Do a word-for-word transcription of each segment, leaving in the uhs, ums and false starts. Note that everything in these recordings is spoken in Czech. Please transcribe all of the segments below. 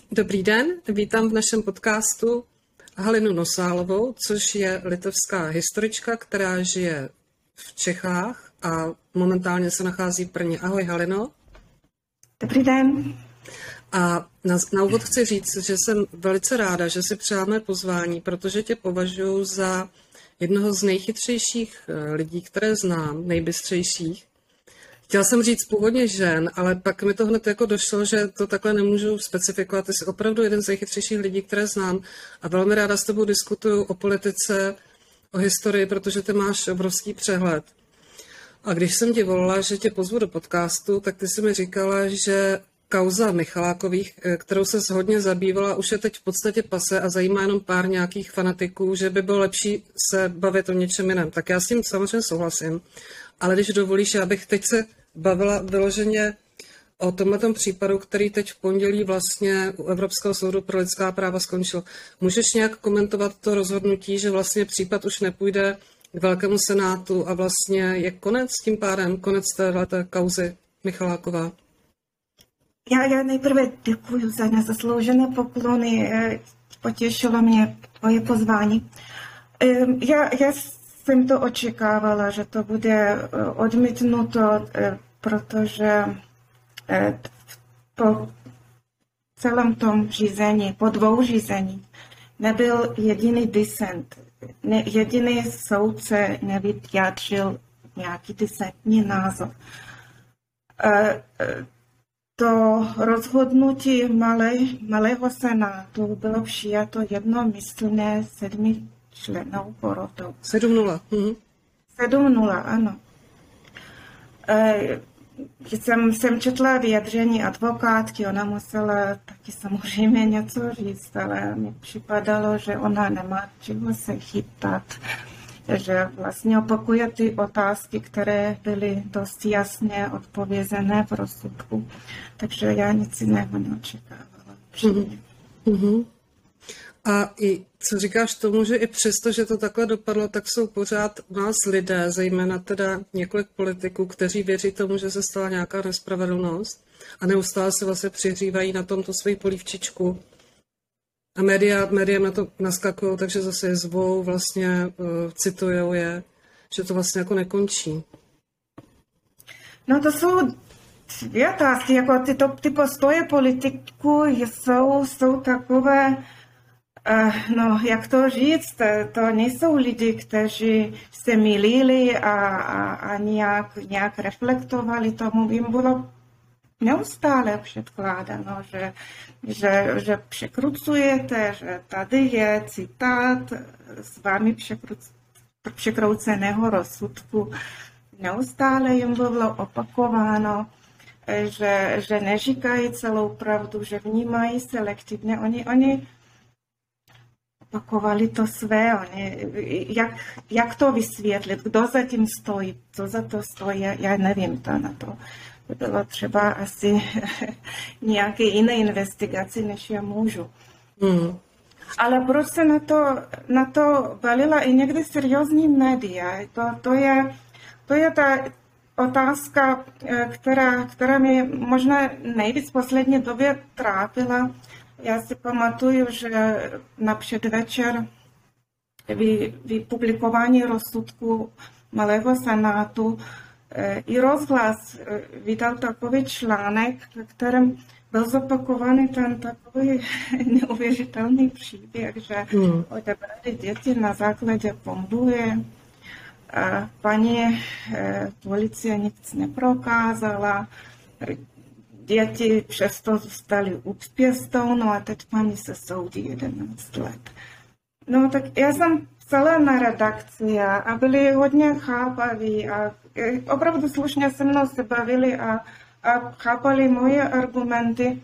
Dobrý den, vítám v našem podcastu Halinu Nosálovou, což je litevská historička, která žije v Čechách a momentálně se nachází v Brně. Ahoj Halino. Dobrý den. A na, na úvod chci říct, že jsem velice ráda, že si přijala pozvání, protože tě považuji za jednoho z nejchytřejších lidí, které znám, nejbystřejších. Chtěla jsem říct původně žen, ale pak mi to hned jako došlo, že to takhle nemůžu specifikovat. Ty jsi opravdu jeden z nejchytřejších lidí, které znám a velmi ráda s tebou diskutuju o politice, o historii, protože ty máš obrovský přehled. A když jsem ti volala, že tě pozvu do podcastu, tak ty jsi mi říkala, že kauza Michalákových, kterou se hodně zabývala, už je teď v podstatě pase a zajímá jenom pár nějakých fanatiků, že by bylo lepší se bavit o něčem jiném. Tak já s tím samozřejmě souhlasím, ale když dovolíš, já bych teď se bavila vyloženě o tomhletom případu, který teď v pondělí vlastně u Evropského soudu pro lidská práva skončil. Můžeš nějak komentovat to rozhodnutí, že vlastně případ už nepůjde k Velkému senátu a vlastně je konec tím pádem, konec téhleté kauzy Michaláková? Já, já nejprve děkuji za nezasloužené poklony, potěšilo mě tvoje pozvání. Já, já jsem to očekávala, že to bude odmítnuto, protože po celém tom řízení, po dvou řízení, nebyl jediný disent, ne, jediný soudce nevyjádřil nějaký disentní názor. To rozhodnutí malé, malého senátu bylo přijato jednomyslně sedmi členů porotou. sedm nula. Mhm. sedm nula, ano. E, jsem, jsem četla vyjadření advokátky, ona musela taky samozřejmě něco říct, ale mi připadalo, že ona nemá čeho se chytat. Že vlastně opakuje ty otázky, které byly dost jasně odpovězené v rozsudku. Takže já nic jiného neočekávala. Mm-hmm. Mm-hmm. A i co říkáš tomu, že i přesto, že to takhle dopadlo, tak jsou pořád u nás lidé, zejména teda několik politiků, kteří věří tomu, že se stala nějaká nespravedlnost a neustále se vlastně přihřívají na tomto svoji polívčičku. A média, média na to naskakují, takže zase je zvou, vlastně uh, citujou je, že to vlastně jako nekončí. No to jsou dvě otázky, jako ty, to, ty postoje politiků jsou, jsou takové, uh, no jak to říct, to nejsou lidi, kteří se mýlili a, a, a nějak, nějak reflektovali tomu, jim bylo neustále předkládáno, že, že, že překrucujete, že tady je citát s vámi překruc, překrouceného rozsudku. Neustále jim bylo opakováno, že, že neříkají celou pravdu, že vnímají selektivně. Oni, oni opakovali to své, oni, jak, jak to vysvětlit, kdo za tím stojí, co za to stojí, já nevím to na to. Bylo třeba asi nějaké jiné investigaci, než já můžu. Mm. Ale proč se na to, na to valila i někdy seriózní média? To, to, je, to je ta otázka, která, která mě možná nejvíc v poslední době trápila. Já si pamatuju, že na předvečer vy, vypublikování rozsudku malého senátu i rozhlas vydal takový článek, ve kterém byl zopakovaný ten takový neuvěřitelný příběh, že mm. odebrali děti na základě pomluvy. Paní policie nic neprokázala, děti přesto zůstaly u pěstounů a teď paní se soudí jedenáct let. No tak já jsem psala na redakci a byli hodně chápaví a opravdu slušně se mnou se bavili a, a chápali moje argumenty.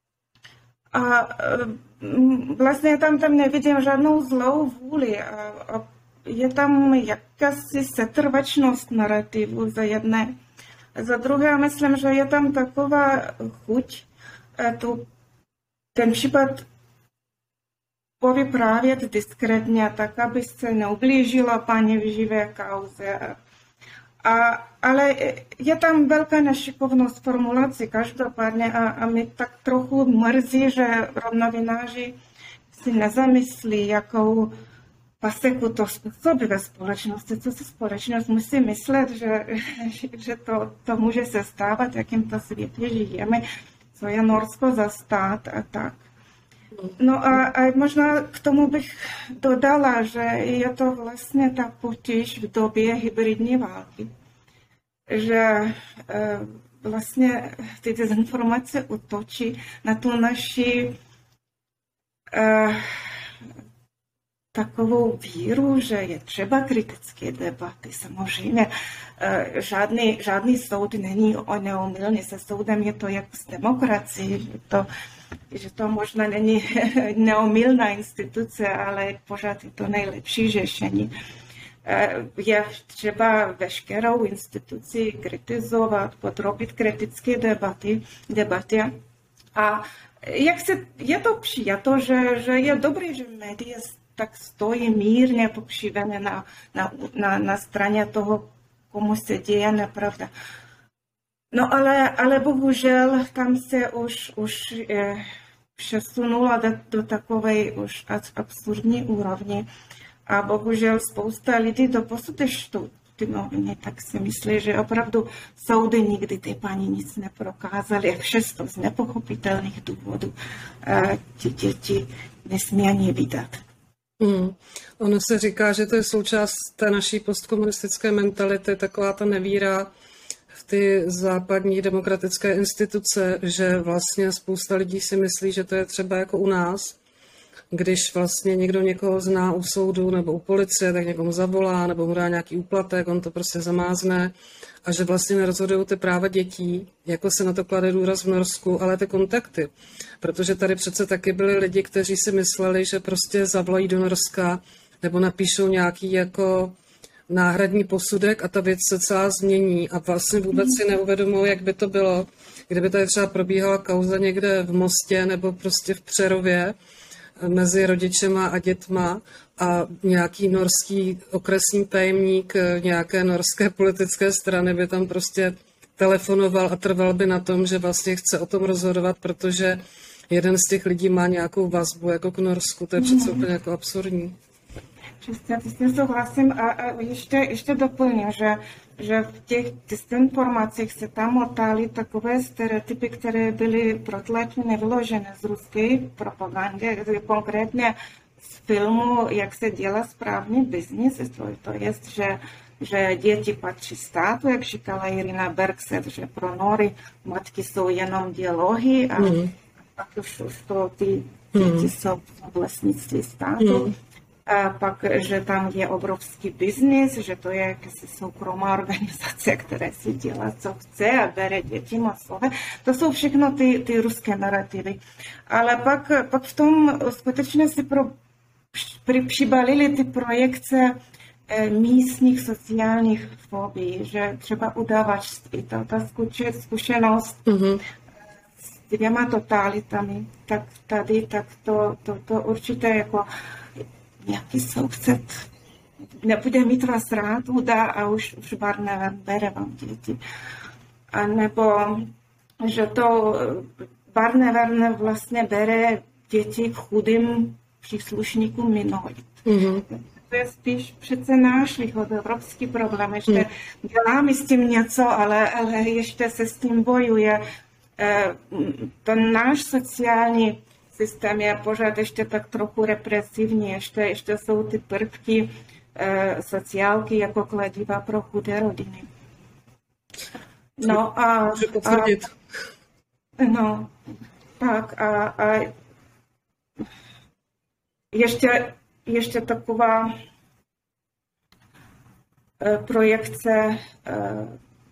A vlastně tam, tam nevidím žádnou zlou vůli. A, a je tam jakási setrvačnost narrativu za jedné. Za druhé, myslím, že je tam taková chuť tu, ten případ povyprávět diskrétně, tak aby se neublížila paní v živé kauze. A, ale je tam velká nešikovnost formulací každopádně a, a mě tak trochu mrzí, že novináři si nezamyslí, jakou paseku to způsobí ve společnosti, co si společnost musí myslet, že, že to, to může se stávat, jakým to světě žijeme, co je Norsko za stát a tak. No a, a možná k tomu bych dodala, že je to vlastně ta potíž v době hybridní války, že e, vlastně ty dezinformace útočí na tu naši e, takovou víru, že je třeba kritické debaty. Samozřejmě e, žádný, žádný soud není neomylný. Se soudem je to jako s demokracií, že to že to možná není neomylná instituce, ale pořád je to nejlepší řešení. Je třeba veškerou instituci kritizovat, podrobit kritické debaty, debaty. A jak se, je to přijato, že, že je dobré, že média tak stojí mírně pokřivené na, na, na, na straně toho, komu se děje nepravda. No ale, ale bohužel tam se už, už eh, přesunula do, do takové už absurdní úrovni a bohužel spousta lidí doposud čtou ty noviny, tak si myslí, že opravdu soudy nikdy ty paní nic neprokázaly a přesto z nepochopitelných důvodů eh, ti děti nesmí ani vydat. Mm. Ono se říká, že to je součást té naší postkomunistické mentality, taková ta nevíra v ty západní demokratické instituce, že vlastně spousta lidí si myslí, že to je třeba jako u nás, když vlastně někdo někoho zná u soudu nebo u policie, tak někomu zavolá nebo mu dá nějaký úplatek, on to prostě zamázne a že vlastně nerozhodují ty práva dětí, jako se na to klade důraz v Norsku, ale ty kontakty. Protože tady přece taky byli lidi, kteří si mysleli, že prostě zavolají do Norska nebo napíšou nějaký jako náhradní posudek a ta věc se celá změní a vlastně vůbec si neuvědomují, jak by to bylo, kdyby tady třeba probíhala kauza někde v Mostě nebo prostě v Přerově mezi rodičema a dětma a nějaký norský okresní tajemník nějaké norské politické strany by tam prostě telefonoval a trval by na tom, že vlastně chce o tom rozhodovat, protože jeden z těch lidí má nějakou vazbu jako k Norsku. To je přece úplně jako absurdní. Přesně, s tím souhlasím a, a ještě, ještě doplním, že, že v těch dezinformacích se tam motály takové stereotypy, které byly protlačeny, vyložené z ruské propagandy, konkrétně z filmu, jak se dělá správný biznis, to je, že, že děti patří státu, jak říkala Irina Bergset, že pro Nory matky jsou jenom dělohy a mm. pak už, už to ty děti mm. jsou v vlastnictví státu. Mm. A pak, že tam je obrovský biznis, že to je jakási soukromá organizace, která si dělá, co chce a bere děti masové. To jsou všechno ty, ty ruské narrativy. Ale pak, pak v tom skutečně si pro, při, přibalili ty projekce eh, místních sociálních fobií, že třeba udavačství, ta, ta zkušenost mm-hmm. s dvěma totalitami, tak tady, tak to, to, to určitě jako nějaký soused nebude mít vás rád, udá a už, už Barnevern bere vám děti. A nebo, že to Barnevern vlastně bere děti chudým příslušníkům minorit. Mm-hmm. To je spíš přece náš východoevropský problém. Ještě mm. děláme s tím něco, ale, ale ještě se s tím bojuje. Ten náš sociální systém je pořád ještě tak trochu represivní, ještě, ještě jsou ty prvky e, sociálky jako kladiva pro chudé rodiny. No a, a no, tak a, a ještě, ještě taková e, projekce e,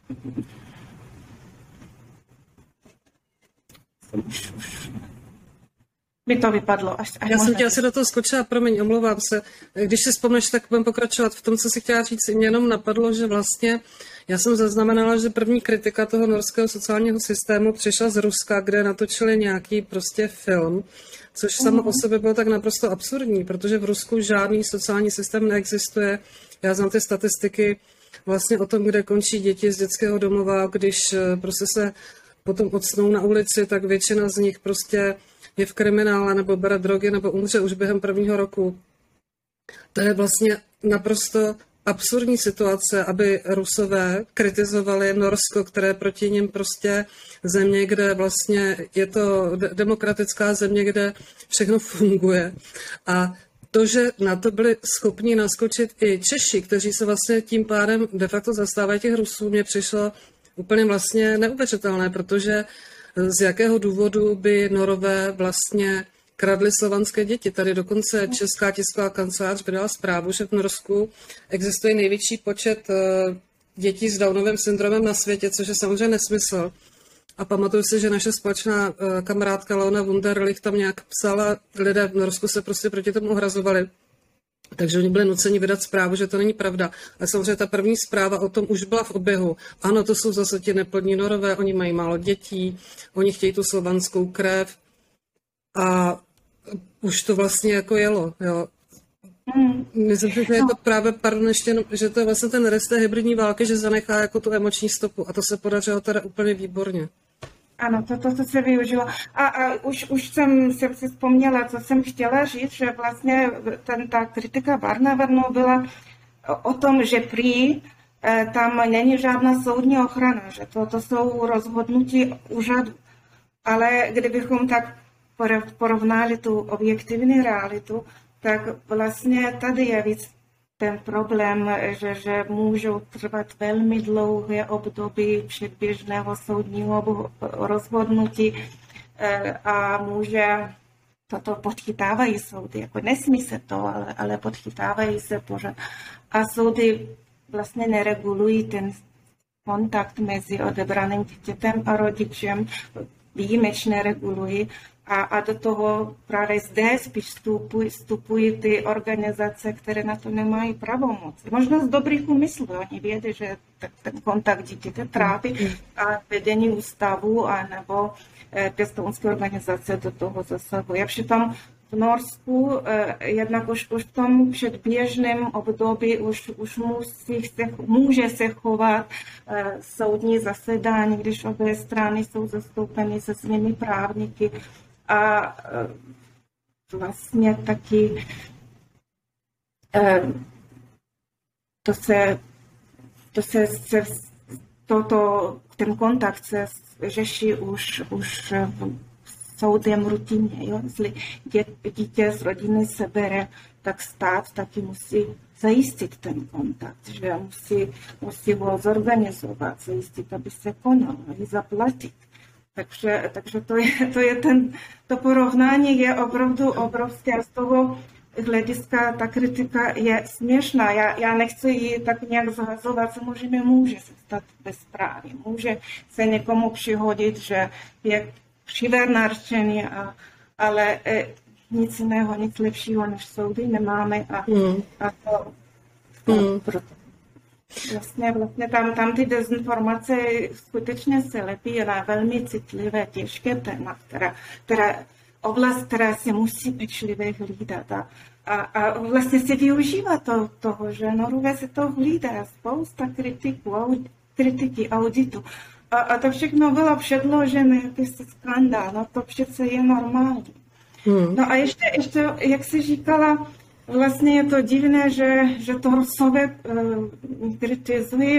už, už by to vypadlo. Až, až Já jsem tě asi do toho skočila, promiň, omlouvám se. Když si vzpomneš, tak budeme pokračovat v tom, co si chtěla říct. Mě jenom napadlo, že vlastně já jsem zaznamenala, že první kritika toho norského sociálního systému přišla z Ruska, kde natočili nějaký prostě film, což samo o sobě bylo tak naprosto absurdní, protože v Rusku žádný sociální systém neexistuje. Já znám ty statistiky, vlastně o tom, kde končí děti z dětského domova, když prostě se potom odsnou na ulici, tak většina z nich prostě je v kriminále nebo bere drogy nebo umře už během prvního roku. To je vlastně naprosto absurdní situace, aby Rusové kritizovali Norsko, které proti nim prostě země, kde vlastně je to demokratická země, kde všechno funguje. A to, že na to byli schopni naskočit i Češi, kteří se vlastně tím pádem de facto zastávají těch Rusů, mně přišlo úplně vlastně neuvěřitelné, protože z jakého důvodu by Norové vlastně kradli slovanské děti. Tady dokonce Česká tisková kancelář vydala zprávu, že v Norsku existuje největší počet dětí s Downovým syndromem na světě, což je samozřejmě nesmysl. A pamatuju si, že naše společná kamarádka Leona Wunderlich tam nějak psala, lidé v Norsku se prostě proti tomu ohrazovali. Takže oni byli nuceni vydat zprávu, že to není pravda. A samozřejmě ta první zpráva o tom už byla v oběhu. Ano, to jsou zase ti neplodní Norové, oni mají málo dětí, oni chtějí tu slovanskou krev. A už to vlastně jako jelo, jo. Mm. Myslím si, že je to právě, pardon, ještě, že to je vlastně ten rest té hybridní války, že zanechá jako tu emoční stopu. A to se podařilo teda úplně výborně. Ano, to, to, to se využilo. A, a už, už jsem, jsem si vzpomněla, co jsem chtěla říct, že vlastně ten, ta kritika Barnevernu byla o tom, že prý tam není žádná soudní ochrana, že to, to jsou rozhodnutí úřadu. Ale kdybychom tak porovnali tu objektivní realitu, tak vlastně tady je víc ten problém, že, že můžou trvat velmi dlouhé období předběžného soudního rozhodnutí a může, toto podchytávají soudy, jako nesmí se to, ale, ale podchytávají se pořád. A soudy vlastně neregulují ten kontakt mezi odebraným dítětem a rodičem, výjimečně regulují. A, a do toho právě zde spíš vstupují, vstupují ty organizace, které na to nemají pravomoc. Možná z dobrých úmyslů. Oni vědí, že ten kontakt dítěte trápí a vedení ústavu a nebo eh, pěstounské organizace do toho zasahuje. Přitom v Norsku eh, jednak už, už v tom předběžném období už, už musí se, může se chovat eh, soudní zasedání, když obě strany jsou zastoupeny se svými právníky. A vlastně taky to se, to se, se toto, ten kontakt se řeší už, už soudem rutině. Jo? Jestli dítě z rodiny se bere, tak stát taky musí zajistit ten kontakt, že musí, musí ho zorganizovat, zajistit, aby se konal, aby zaplatit. Takže, takže to je, to je ten, to porovnání je opravdu obrovské a z toho hlediska ta kritika je směšná. Já, já nechci ji tak nějak zhazovat, samozřejmě může se stát bezpráví. Může se někomu přihodit, že je přivernářčený, a, ale e, nic jiného, nic lepšího než soudy nemáme a, mm. a to, mm. proto. Vlastně, vlastně tam, tam ty dezinformace skutečně se lepí na velmi citlivé, těžké téma, která, která, oblast, která se musí pečlivě hlídat. A, a, a vlastně se využívá to, toho, že Norové se to hlídá, spousta kritiků, aud, kritiky, auditu. A, a to všechno bylo předložené, jakýsi skandál, no to přece je normální. Hmm. No a ještě, ještě, jak jsi říkala, vlastně je to divné, že, že to Rusové uh, kritizují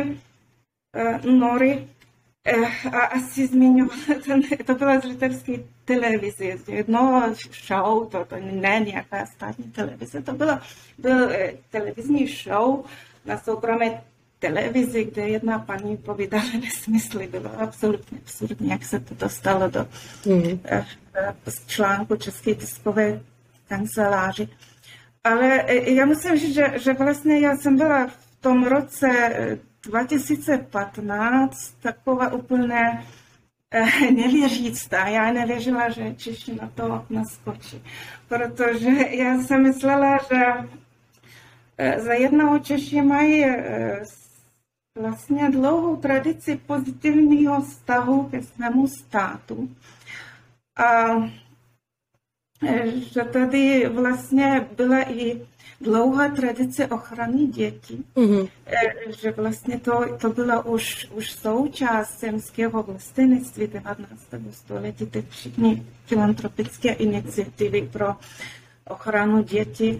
uh, Nory uh, a asi zmiňovala, to byla z litevské televize, jedno show, to, to ne nějaká státní televize, to byla, byl uh, televizní show na soukromé televizi, kde jedna paní povídala nesmysly, bylo absolutně absurdní, jak se to dostalo do mm. uh, z článku České tiskové kanceláře. Ale já musím říct, že, že vlastně já jsem byla v tom roce dva tisíce patnáct taková úplně eh, nevěřícná. Já nevěřila, že Češi na to naskočí. Protože já jsem myslela, že eh, za jednoho Češi mají eh, vlastně dlouhou tradici pozitivního vztahu ke svému státu. A že tady vlastně byla i dlouhá tradice ochrany dětí, mm-hmm. že vlastně to, to byla už, už součást zemského vlastenectví devatenáctého století, ty všichni filantropické iniciativy pro ochranu dětí.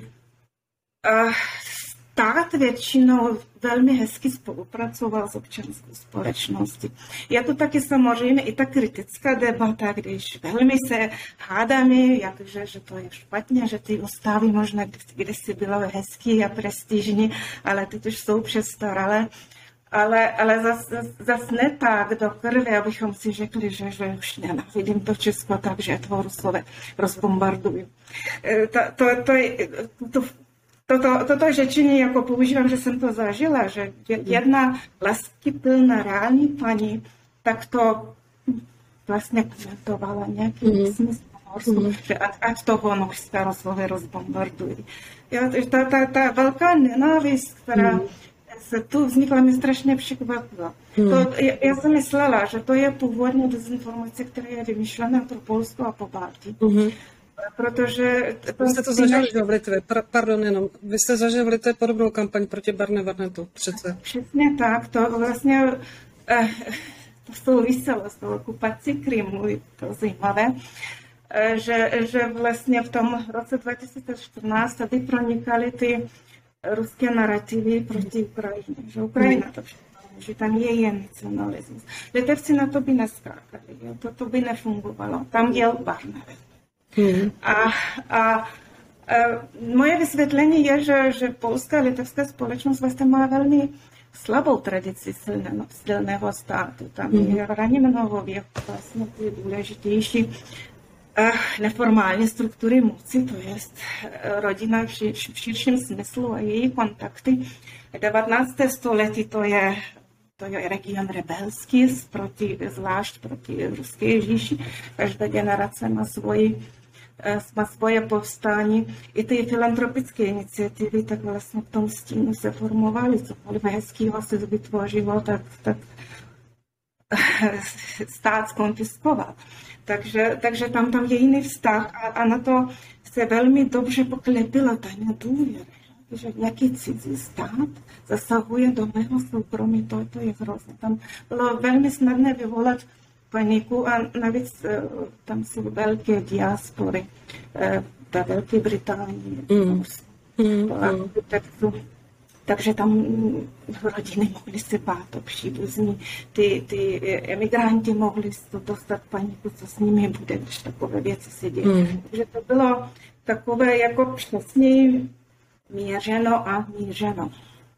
A stát většinou velmi hezky spolupracoval s občanskou společností. Je to taky samozřejmě i ta kritická debata, když velmi se hádáme, jakže, že to je špatně, že ty ústavy možná kdysi bylo hezký a prestižní, ale teď už jsou přestaralé. Ale, ale zase zas ne tak do krve, abychom si řekli, že, že už nenávidím to Česko, takže to Rusové rozbombardují. To, to, to, to, Toto, toto řečení jako používám, že jsem to zažila, že jedna láskyplná reální paní tak to vlastně komentovala nějakým mm. smyslem, mm. že ať, ať toho Norska Rusové rozbombardují. Ta, ta, ta velká nenávist, která mm. se tu vznikla, mi strašně překvapila. Mm. To, já, já jsem myslela, že to je původně dezinformace, která je vymyšlená pro Polsko a po Baltii. Mm. Protože... Vy jste to zažili v Litvě, pardon, jenom. Vy jste zažili v Litvě podobnou kampaň proti Barne Varnetu, přece. Přesně tak, to vlastně eh, to souviselo s tou okupací Krymu, to zajímavé, eh, že, že vlastně v tom roce dva tisíce čtrnáct tady pronikaly ty ruské narrativy proti Ukrajině, že Ukrajina to všechno, že tam je jen nacionalismus. Litevci na to by neskákali, to, to by nefungovalo, tam jel Barne. Hmm. A, a, a moje vysvětlení je, že, že polská a litevská společnost vlastně má velmi slabou tradici silného, silného státu. Tam hmm. je v raném novověku vlastně ty důležitější uh, neformální struktury moci, to je rodina v, šir, v širším smyslu a její kontakty. devatenácté století to je To je region rebelský, proti, zvlášť proti ruské říši. Každá generace má, svoji, má svoje povstání. I ty filantropické iniciativy tak vlastně v tom stínu se formovaly. Cokoliv hezkého se vytvořilo, tak, tak stát skonfiskoval. Takže, takže tam, tam je jiný vztah a, a na to se velmi dobře poklepila ta nedůvěra. Že nějaký cizí stát zasahuje do mého soukromí, to, to je hrozné. Tam bylo velmi snadné vyvolat paniku a navíc tam jsou velké diaspory, ta Velké Británie, mm. Mm. takže tam rodiny mohly se bát o příbuzní, ty, ty emigranti mohli dostat paniku, co s nimi bude, když takové věci se dějí. Mm. Takže to bylo takové jako přesně mířeno a mířeno.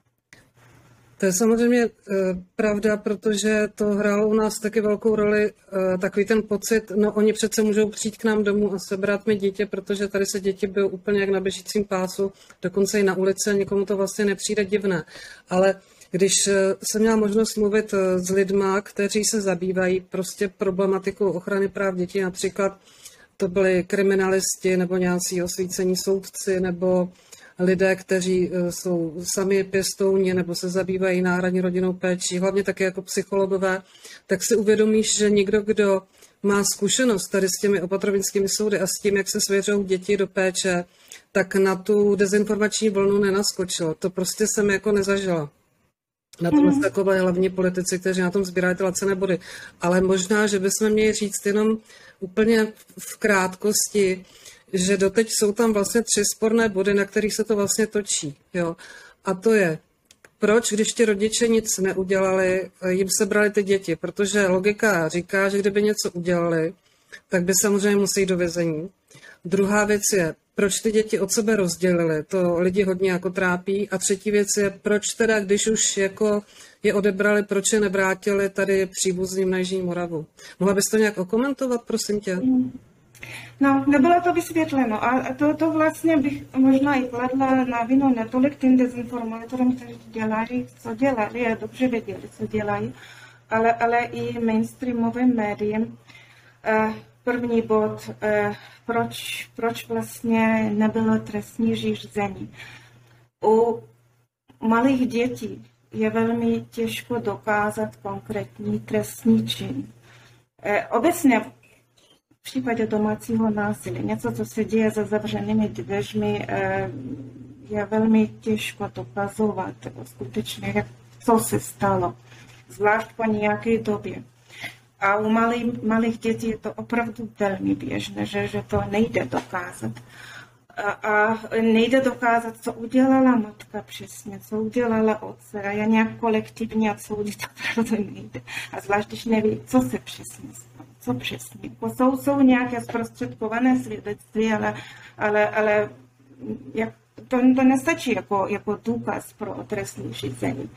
To je samozřejmě e, pravda, protože to hrálo u nás taky velkou roli, e, takový ten pocit, no oni přece můžou přijít k nám domů a sebrat mi dítě, protože tady se děti byly úplně jak na běžícím pásu, dokonce i na ulici a nikomu to vlastně nepřijde divné. Ale když jsem měla možnost mluvit s lidma, kteří se zabývají prostě problematikou ochrany práv dětí, například to byli kriminalisti nebo nějací osvícení soudci nebo lidé, kteří jsou sami pěstouni nebo se zabývají náhradní rodinnou péčí, hlavně také jako psychologové, tak si uvědomíš, že někdo, kdo má zkušenost tady s těmi opatrovnickými soudy a s tím, jak se svěřují děti do péče, tak na tu dezinformační vlnu nenaskočil. To prostě jsem jako nezažila. Na tom mm. takové hlavní politici, kteří na tom sbírají ty lacené body. Ale možná, že bychom měli říct jenom úplně v krátkosti, že doteď jsou tam vlastně tři sporné body, na kterých se to vlastně točí. Jo? A to je, proč, když ti rodiče nic neudělali, jim sebrali ty děti? Protože logika říká, že kdyby něco udělali, tak by samozřejmě museli do vězení. Druhá věc je, proč ty děti od sebe rozdělili, to lidi hodně jako trápí. A třetí věc je, proč teda, když už jako je odebrali, proč je nevrátili tady příbuzným na Jižní Moravu. Mohla bys to nějak okomentovat, prosím tě? No, nebylo to vysvětleno a to, to vlastně bych možná i kladla na vinu netolik tím dezinformátorům, kteří dělají, co dělali a dobře věděli, co dělají, ale, ale i mainstreamovým médiím. První bod, proč, proč vlastně nebylo trestní řízení. U malých dětí je velmi těžko dokázat konkrétní trestní čin. Obecně případě domácího násilí, něco, co se děje za zavřenými dveřmi, je velmi těžko dokazovat skutečně, jak, co se stalo, zvlášť po nějaké době. A u malých, malých dětí je to opravdu velmi běžné, že, že to nejde dokázat. A, a nejde dokázat, co udělala matka přesně, co udělala otce. A já nějak kolektivně odsoudit opravdu nejde. A zvlášť, když neví, co se přesně stalo, co přesně. Jsou, jsou nějaké zprostředkované svědectví, ale, ale, ale jak, to, to nestačí jako, jako důkaz pro trestní řízení.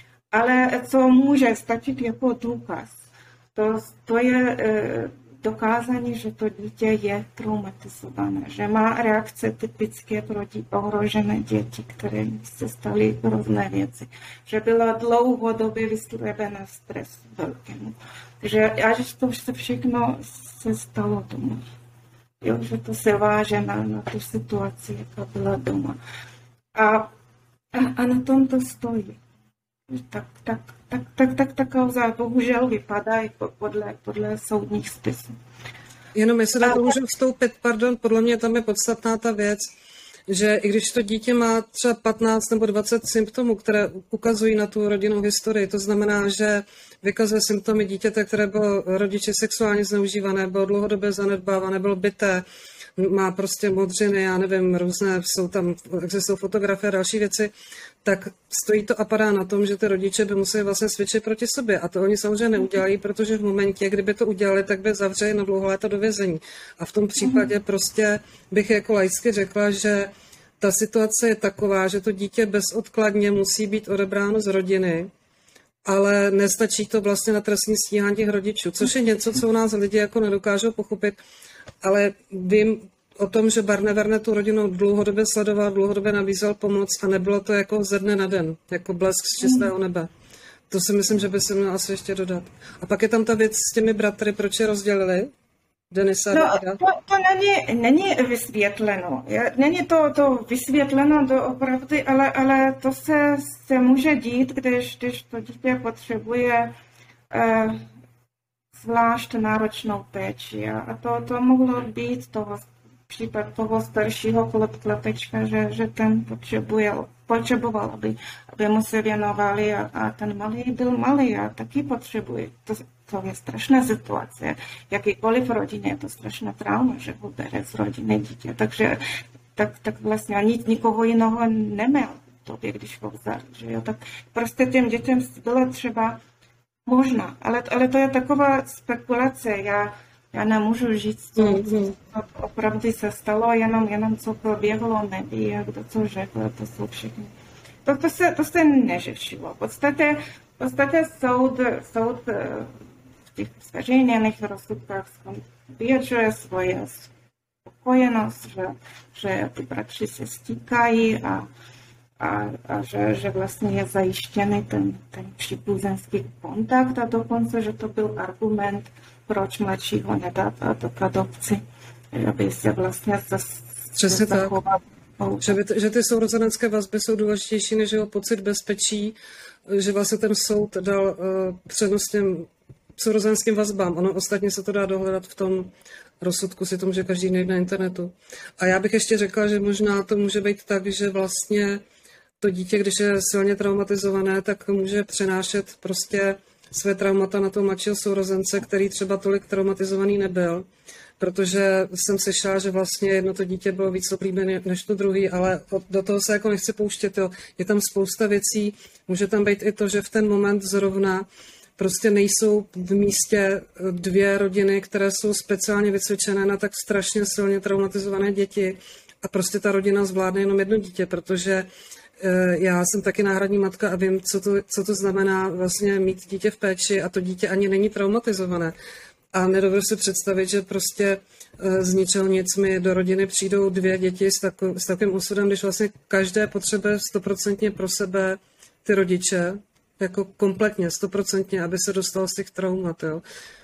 Ale co může stačit jako důkaz, to, to je e, dokázání, že to dítě je traumatizované, že má reakce typické pro ohrožené děti, které se staly různé věci, že byla dlouhodobě vystavena stresu velkému, že až to se všechno se stalo doma. Jo, že to se váže na, na tu situaci, jaká byla doma. A, a, a na tom to stojí. Tak, tak, tak, tak, tak ta kauza bohužel vypadá i podle, podle soudních spisů. Jenom jestli do toho můžu vstoupit, pardon, podle mě tam je podstatná ta věc, že i když to dítě má třeba patnáct nebo dvacet symptomů, které ukazují na tu rodinnou historii, to znamená, že vykazuje symptomy dítěte, které bylo rodiči sexuálně zneužívané, bylo dlouhodobě zanedbávané, bylo bité, má prostě modřiny, já nevím, různé, jsou tam, existují fotografie a další věci, tak stojí to a padá na tom, že ty rodiče by museli vlastně svědčit proti sobě. A to oni samozřejmě neudělají, protože v momentě, kdyby to udělali, tak by zavřeli na dlouho léta do vězení. A v tom případě prostě bych jako laicky řekla, že ta situace je taková, že to dítě bezodkladně musí být odebráno z rodiny, ale nestačí to vlastně na trestní stíhání těch rodičů, což je něco, co u nás lidi jako nedokážou pochopit, ale vím o tom, že Barnevern tu rodinu dlouhodobě sledoval, dlouhodobě nabízel pomoc a nebylo to jako ze dne na den, jako blesk z čistého nebe. To si myslím, že by se mělo asi ještě dodat. A pak je tam ta věc s těmi bratry, proč je rozdělili? Denisa no, to, to není, není vysvětleno. Není to, to vysvětleno doopravdy, ale, ale to se, se může dít, když, když to dítě potřebuje eh, zvlášť náročnou péči. A to, to mohlo být toho případ toho staršího chlapečka, že, že ten potřebuje, potřeboval, aby, aby mu se věnovali a, a ten malý byl malý a taky potřebuje. To, to je strašná situace. Jakýkoliv rodině je to strašná trauma, že ho bere z rodiny dítě. Takže tak, tak vlastně nic, nikoho jiného neměl tobě, když ho vzali. Že jo? Tak prostě těm dětem bylo třeba možná, ale, ale to je taková spekulace. Já Já nemůžu říct, co, co opravdu se stalo, jenom, jenom co proběhlo, neví, a kdo co řekl, to jsou všechny. To, to, se, to se neřešilo. V podstatě, v podstatě soud, soud v těch zveřejněných rozsudkách vyjadřuje svoje spokojenost, že, že ty bratři se stýkají a, a, a že, že vlastně je zajištěný ten, ten příbuzenský kontakt a dokonce, že to byl argument, proč mladšího nedat do adopci, aby se vlastně zachoval. Že, že ty sourozenecké vazby jsou důležitější než jeho pocit bezpečí, že vlastně ten soud dal uh, přednost těm sourozeneckým vazbám. Ono ostatně se to dá dohledat v tom rozsudku, si to může každý najít na internetu. A já bych ještě řekla, že možná to může být tak, že vlastně to dítě, když je silně traumatizované, tak může přenášet prostě své traumata na toho mladšího sourozence, který třeba tolik traumatizovaný nebyl, protože jsem slyšela, že vlastně jedno to dítě bylo víc oblíbené než to druhý, ale do toho se jako nechci pouštět. Jo. Je tam spousta věcí, může tam být i to, že v ten moment zrovna prostě nejsou v místě dvě rodiny, které jsou speciálně vycvičené na tak strašně silně traumatizované děti a prostě ta rodina zvládne jenom jedno dítě, protože já jsem taky náhradní matka a vím, co to, co to znamená vlastně mít dítě v péči a to dítě ani není traumatizované. A nedovedu si představit, že prostě z ničeho nic mi do rodiny přijdou dvě děti s, tako, s takovým osudem, když vlastně každé potřebuje stoprocentně pro sebe ty rodiče, jako kompletně, stoprocentně, aby se dostalo z těch traumat. Jo.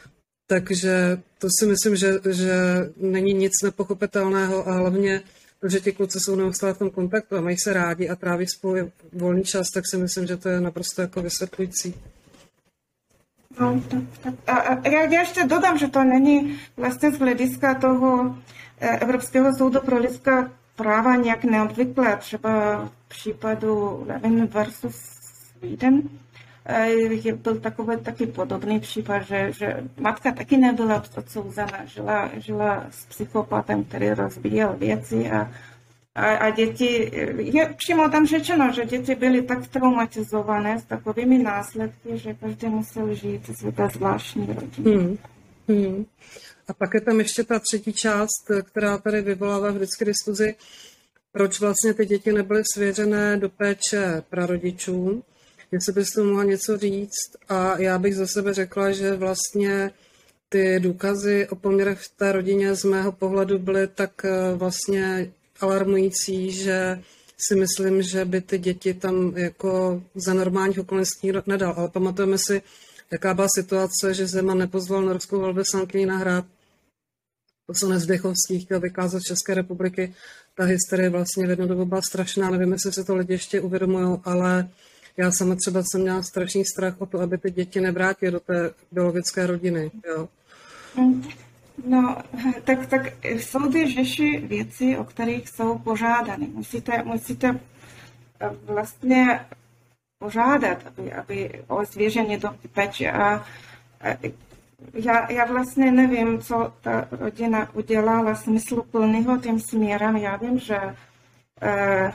Takže to si myslím, že, že není nic nepochopitelného a hlavně že ti kluci jsou neustále v tom kontaktu a mají se rádi a tráví spolu volný čas, tak si myslím, že to je naprosto jako vysvětlující. No, tak, tak. A, a já, já ještě dodám, že to není vlastně z hlediska toho Evropského soudu pro lidská práva nějak neobvyklé, třeba v případu Levin versus Sweden. Byl takový taky podobný případ, že, že matka taky nebyla odsouzena, žila, žila s psychopatem, který rozbíjel věci a, a, a děti, je přímo tam řečeno, že děti byly tak traumatizované s takovými následky, že každý musel žít ve zvláštní rodině. Hmm. Hmm. A pak je tam ještě ta třetí část, která tady vyvolává vždycky diskuzi, proč vlastně ty děti nebyly svěřené do péče prarodičům. Jestli bys to mohla něco říct. A já bych za sebe řekla, že vlastně ty důkazy o poměrech v té rodině z mého pohledu byly tak vlastně alarmující, že si myslím, že by ty děti tam jako za normálních okolností nedal. Ale pamatujeme si, jaká byla situace, že Zeman nepozval norskou velvyslankyni na hrad. Poslanec Zdechovský chtěl vykázat z České republiky. Ta hysterie vlastně v jednu dobu byla strašná. Nevím, jestli se to lidi ještě uvědomují, ale já sama třeba jsem měla strašný strach o to, aby ty děti nevrátily do té biologické rodiny. Jo. No, tak, tak soudy řeší věci, o kterých jsou požádány. Musíte, musíte vlastně požádat, aby, aby o svěření do péče. A já, já vlastně nevím, co ta rodina udělala smysluplného tím směrem. Já vím, že eh,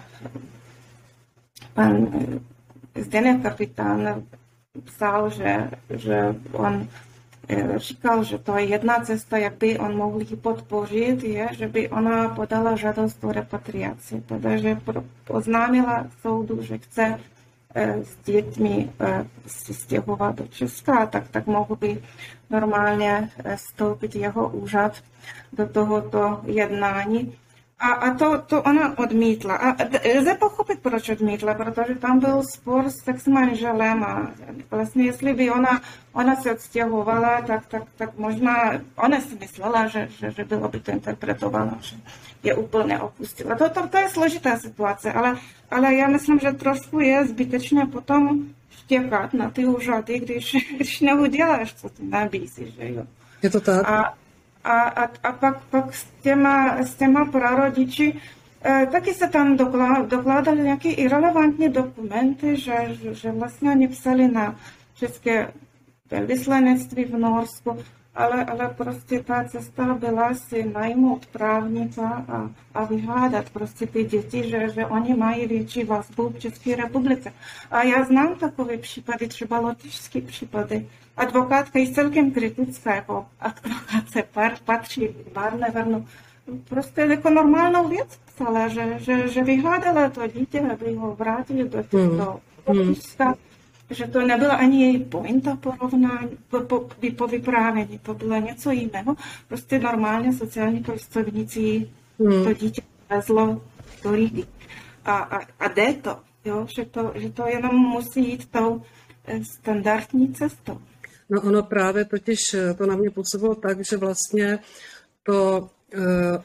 pan Zdeněk Kapitán psal, že, že on říkal, že to je jedna cesta, jak by on mohl ji podpořit, je, že by ona podala žádost o repatriaci, teda, že oznámila soudu, že chce s dětmi si stěhovat do Česka, tak, tak mohl by normálně vstoupit jeho úřad do tohoto jednání. A, a to, to ona odmítla. A lze pochopit, proč odmítla, protože tam byl spor s ex-manželem a vlastně jestli by ona, ona se odstěhovala, tak, tak, tak možná ona si myslela, že, že, že bylo by to interpretováno, že je úplně opustila. To, to, to je složitá situace, ale, ale já myslím, že trošku je zbytečné potom štěkat na ty úřady, když, když neuděláš, co ty nabízí, že jo. Je to tak? A, A, a, a pak, pak s těma, s těma prarodiči eh, taky se tam dokládaly nějaké irrelevantní dokumenty, že, že, že vlastně oni psali na české velvyslanectví v Norsku, ale, ale prostě ta cesta byla si najmout právníka a, a vyhádat prostě ty děti, že, že oni mají větší vazbu v České republice. A já znám takové případy, třeba lotyšské případy. Advokátka je celkem kritická, jako advokace patří Barnevernu. Prostě jako normálnou věc psala, že, že, že vyhádala to dítě, aby ho vrátili do těchto Lotyšska. Hmm. Že to nebyla ani její pointa porovnání, po, po, po vyprávění, to bylo něco jiného. Prostě normálně sociální pracovníci hmm. to dítě vezlo do Rigy. A, a, a jde to, jo? Že to, že to jenom musí jít tou standardní cestou. No ono právě totiž to na mě působilo tak, že vlastně to eh,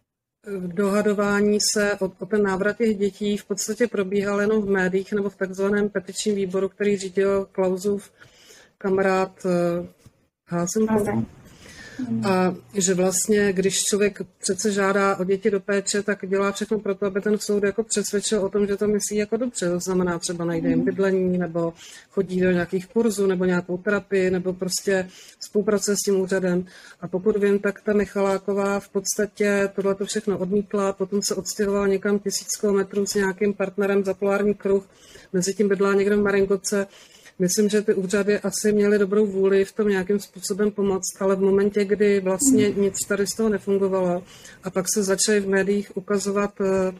dohadování se o, o ten návrat těch dětí v podstatě probíhalo jenom v médiích nebo v takzvaném petičním výboru, který řídil Klausův kamarád eh, Házenko. A že vlastně, když člověk přece žádá o děti do péče, tak dělá všechno pro to, aby ten soud jako přesvědčil o tom, že to myslí jako dobře. To znamená třeba najde jim bydlení, nebo chodí do nějakých kurzů, nebo nějakou terapii, nebo prostě spolupracuje s tím úřadem. A pokud vím, tak ta Michaláková v podstatě tohleto všechno odmítla, potom se odstěhovala někam tisíc kilometrů s nějakým partnerem za polární kruh, mezi tím bydlá někde v Maringoce. Myslím, že ty úřady asi měly dobrou vůli v tom nějakým způsobem pomoct, ale v momentě, kdy vlastně nic tady z toho nefungovalo a pak se začaly v médiích ukazovat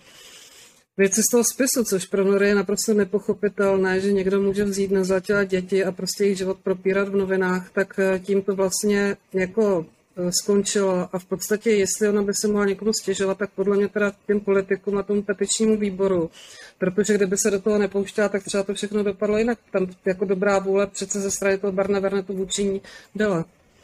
věci z toho spisu, což pro Nory je naprosto nepochopitelné, že někdo může vzít nezletilé děti a prostě jejich život propírat v novinách, tak tím to vlastně jako skončilo. A v podstatě, jestli ona by se mohla někomu stěžovat, tak podle mě teda těm politikům na tomu petičnímu výboru. Protože kdyby se do toho nepouštěla, tak třeba to všechno dopadlo jinak. Tam jako dobrá vůle přece ze strany toho Barnevernetu vůči ní dala.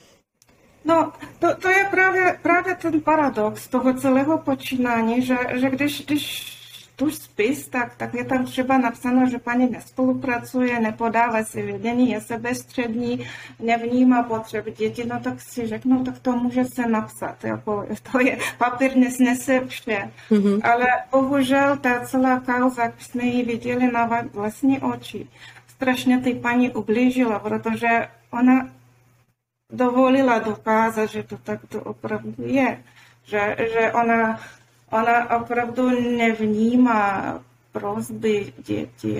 No, to, to je právě, právě ten paradox toho celého počínání, že, že když, když tu spis, tak, tak je tam třeba napsáno, že paní nespolupracuje, nepodává si vědění, je sebestřední, nevnímá potřeby dětí, no tak si řeknu, tak to může se napsat, jako to je, papír nesnese vše. Mm-hmm. Ale bohužel ta celá kauza, jak jsme ji viděli na vlastní oči, strašně ty paní ublížila, protože ona dovolila dokázat, že to tak to opravdu je, že, že ona Ona opravdu nevnímá prosby dětí,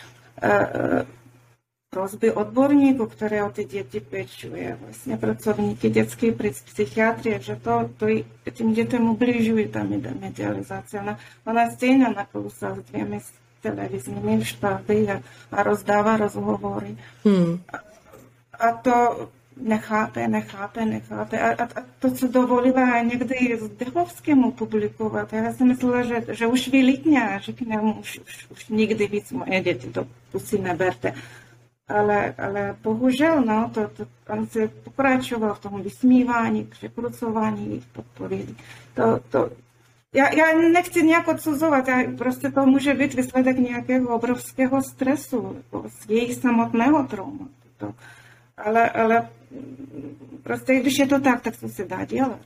prosby odborníků, které o ty děti pečuje, vlastně pracovníky dětské psychiatrie, že to, to tím dětem ubližuje ta medializace. Ona, ona stejně nakousá s dvěmi televizními štáby a, a rozdává rozhovory. Hmm. A, a to nechápe, nechápe, nechápe. A, a, a to, co dovolila někdy Zdechovskému publikovat, já si myslela, že, že už vylítně a řekne mu, už, už, už nikdy víc moje děti do pusy neberte. Ale, ale bohužel, no, to, to, on se pokračoval v tom vysmívání, překrucování jejich podpovědí. To, to, já, já nechci nějak odsuzovat, já, prostě to může být výsledek nějakého obrovského stresu, z jejich samotného traumatu. To, ale, ale prostě, když je to tak, tak co se dá dělat?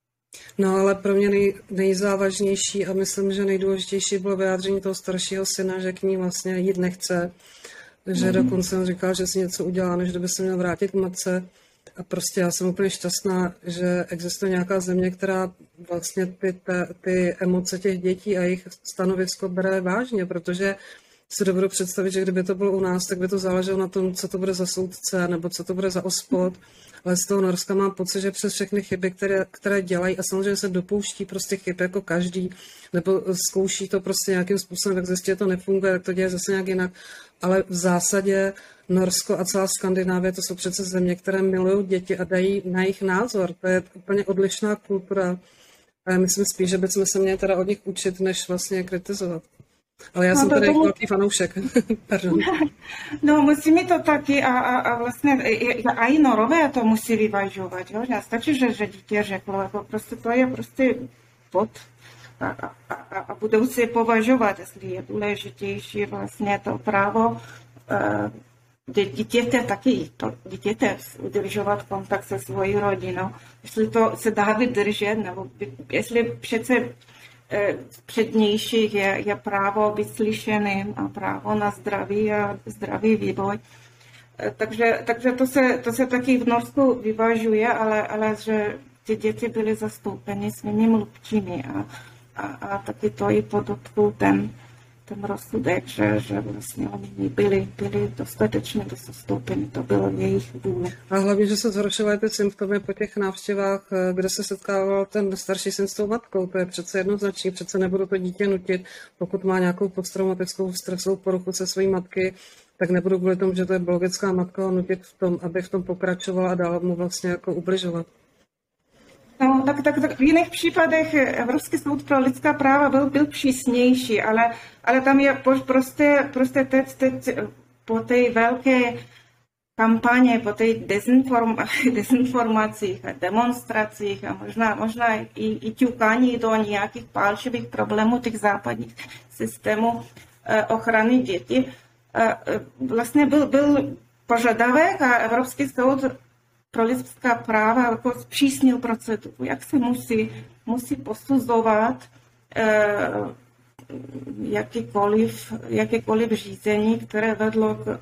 No ale pro mě nej, nejzávažnější a myslím, že nejdůležitější bylo vyjádření toho staršího syna, že k ní vlastně jít nechce, že mm. dokonce on říkal, že si něco udělá, než kdyby se měl vrátit k matce. A prostě já jsem úplně šťastná, že existuje nějaká země, která vlastně ty, ty, ty emoce těch dětí a jejich stanovisko bere vážně, protože si dovedu představit, že kdyby to bylo u nás, tak by to záleželo na tom, co to bude za soudce, nebo co to bude za ospod. Ale z toho Norska mám pocit, že přes všechny chyby, které, které dělají, a samozřejmě se dopouští prostě chyb jako každý, nebo zkouší to prostě nějakým způsobem, tak zjistí, že to nefunguje, tak to děje zase nějak jinak. Ale v zásadě Norsko a celá Skandinávie, to jsou přece země, které milují děti a dají na jejich názor. To je úplně odlišná kultura. A já myslím spíš, že bychom se měli teda od nich učit, než vlastně kritizovat. Ale já no jsem tady tomu... velký fanoušek. Pardon. No, musíme to taky a, a, a vlastně a i Norové to musí vyvažovat. Jo? Nestačí, že, že dítě řeklo, jako prostě to je prostě pod a, a, a, a budou si považovat, jestli je důležitější vlastně to právo uh, dítěte taky, to dítěte udržovat kontakt se svojí rodinou. Jestli to se dá vydržet, nebo jestli přece přednějších je, je právo být slyšeným a právo na zdraví a zdravý vývoj. Takže, takže to, se, to se taky v Norsku vyvažuje, ale, ale že ty děti byly zastoupeny svými mluvčími a, a, a taky to i podotkl ten, ten rozsudek, že, že vlastně oni byli, byli dostatečně zastoupeni, to bylo jejich vůle. A hlavně, že se zhoršovaly ty symptomy po těch návštěvách, kde se setkával ten starší syn s tou matkou, to je přece jednoznačný, přece nebudu to dítě nutit, pokud má nějakou posttraumatickou stresovou poruchu se svojí matky, tak nebudu kvůli tomu, že to je biologická matka, ho nutit v tom, aby v tom pokračovala a dál mu vlastně jako ubližovat. No, tak, tak, tak v jiných případech Evropský soud pro lidská práva byl, byl přísnější, ale, ale tam je prostě, prostě teď, teď po té velké kampaně, po těch dezinform, dezinformacích a demonstracích a možná, možná i, i ťukání do nějakých pálčivých problémů těch západních systémů eh, ochrany dětí, eh, vlastně byl, byl požadavek a Evropský soud pro lidská práva jako zpřísnil proceduru, jak se musí, musí posuzovat eh, jakýkoliv, jakékoliv řízení, které vedlo k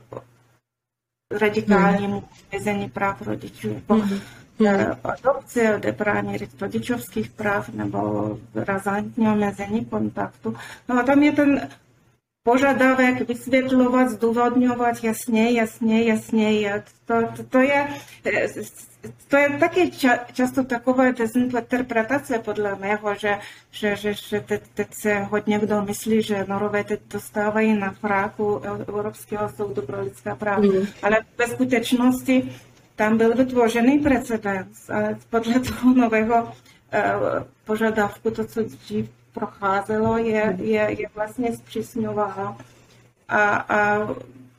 radikálnímu omezení práv rodičů, jako mm. eh, adopce, odebrání rodičovských práv nebo razantní omezení kontaktu. No a tam je ten požadavek vysvětlovat, zdůvodňovat jasně, jasně, jasně. To, to, to, je, to je taky ča, často taková dezinterpretace podle mého, že, že, že, že teď, teď se hodně kdo myslí, že Norové teď dostávají na fráku Evropského soudu pro lidská práva. Mm. Ale ve skutečnosti tam byl vytvořený precedens. Ale podle toho nového uh, požadavku, to, co dřív procházelo, je, je, je vlastně zpřísňováno. A, a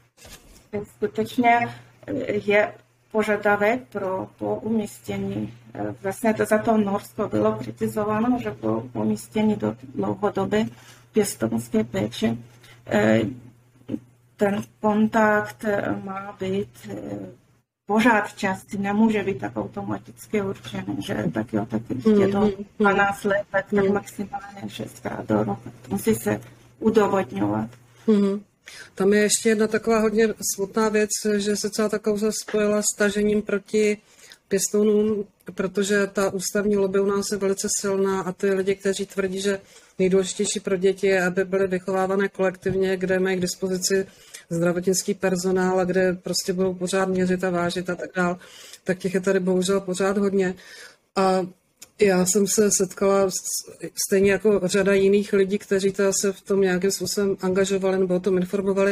skutečně je požadavek pro, pro umístění. Vlastně to za to Norsko bylo kritizováno, že pro umístění do dlouhodobé pěstounské péče. Ten kontakt má být pořád častý, nemůže být tak automaticky určený, že tak jo, tak je to dvanáct let, tak, tak maximálně šestkrát do roka. Musí se udovodňovat. Mm-hmm. Tam je ještě jedna taková hodně smutná věc, že se celá ta kauza spojila s tažením proti pěstounům, protože ta ústavní lobby u nás je velice silná a ty lidi, kteří tvrdí, že nejdůležitější pro děti je, aby byly vychovávané kolektivně, kde mají k dispozici zdravotnický personál a kde prostě budou pořád měřit a vážit a tak dál, tak těch je tady bohužel pořád hodně. A já jsem se setkala stejně jako řada jiných lidí, kteří to se v tom nějakým způsobem angažovali nebo o tom informovali,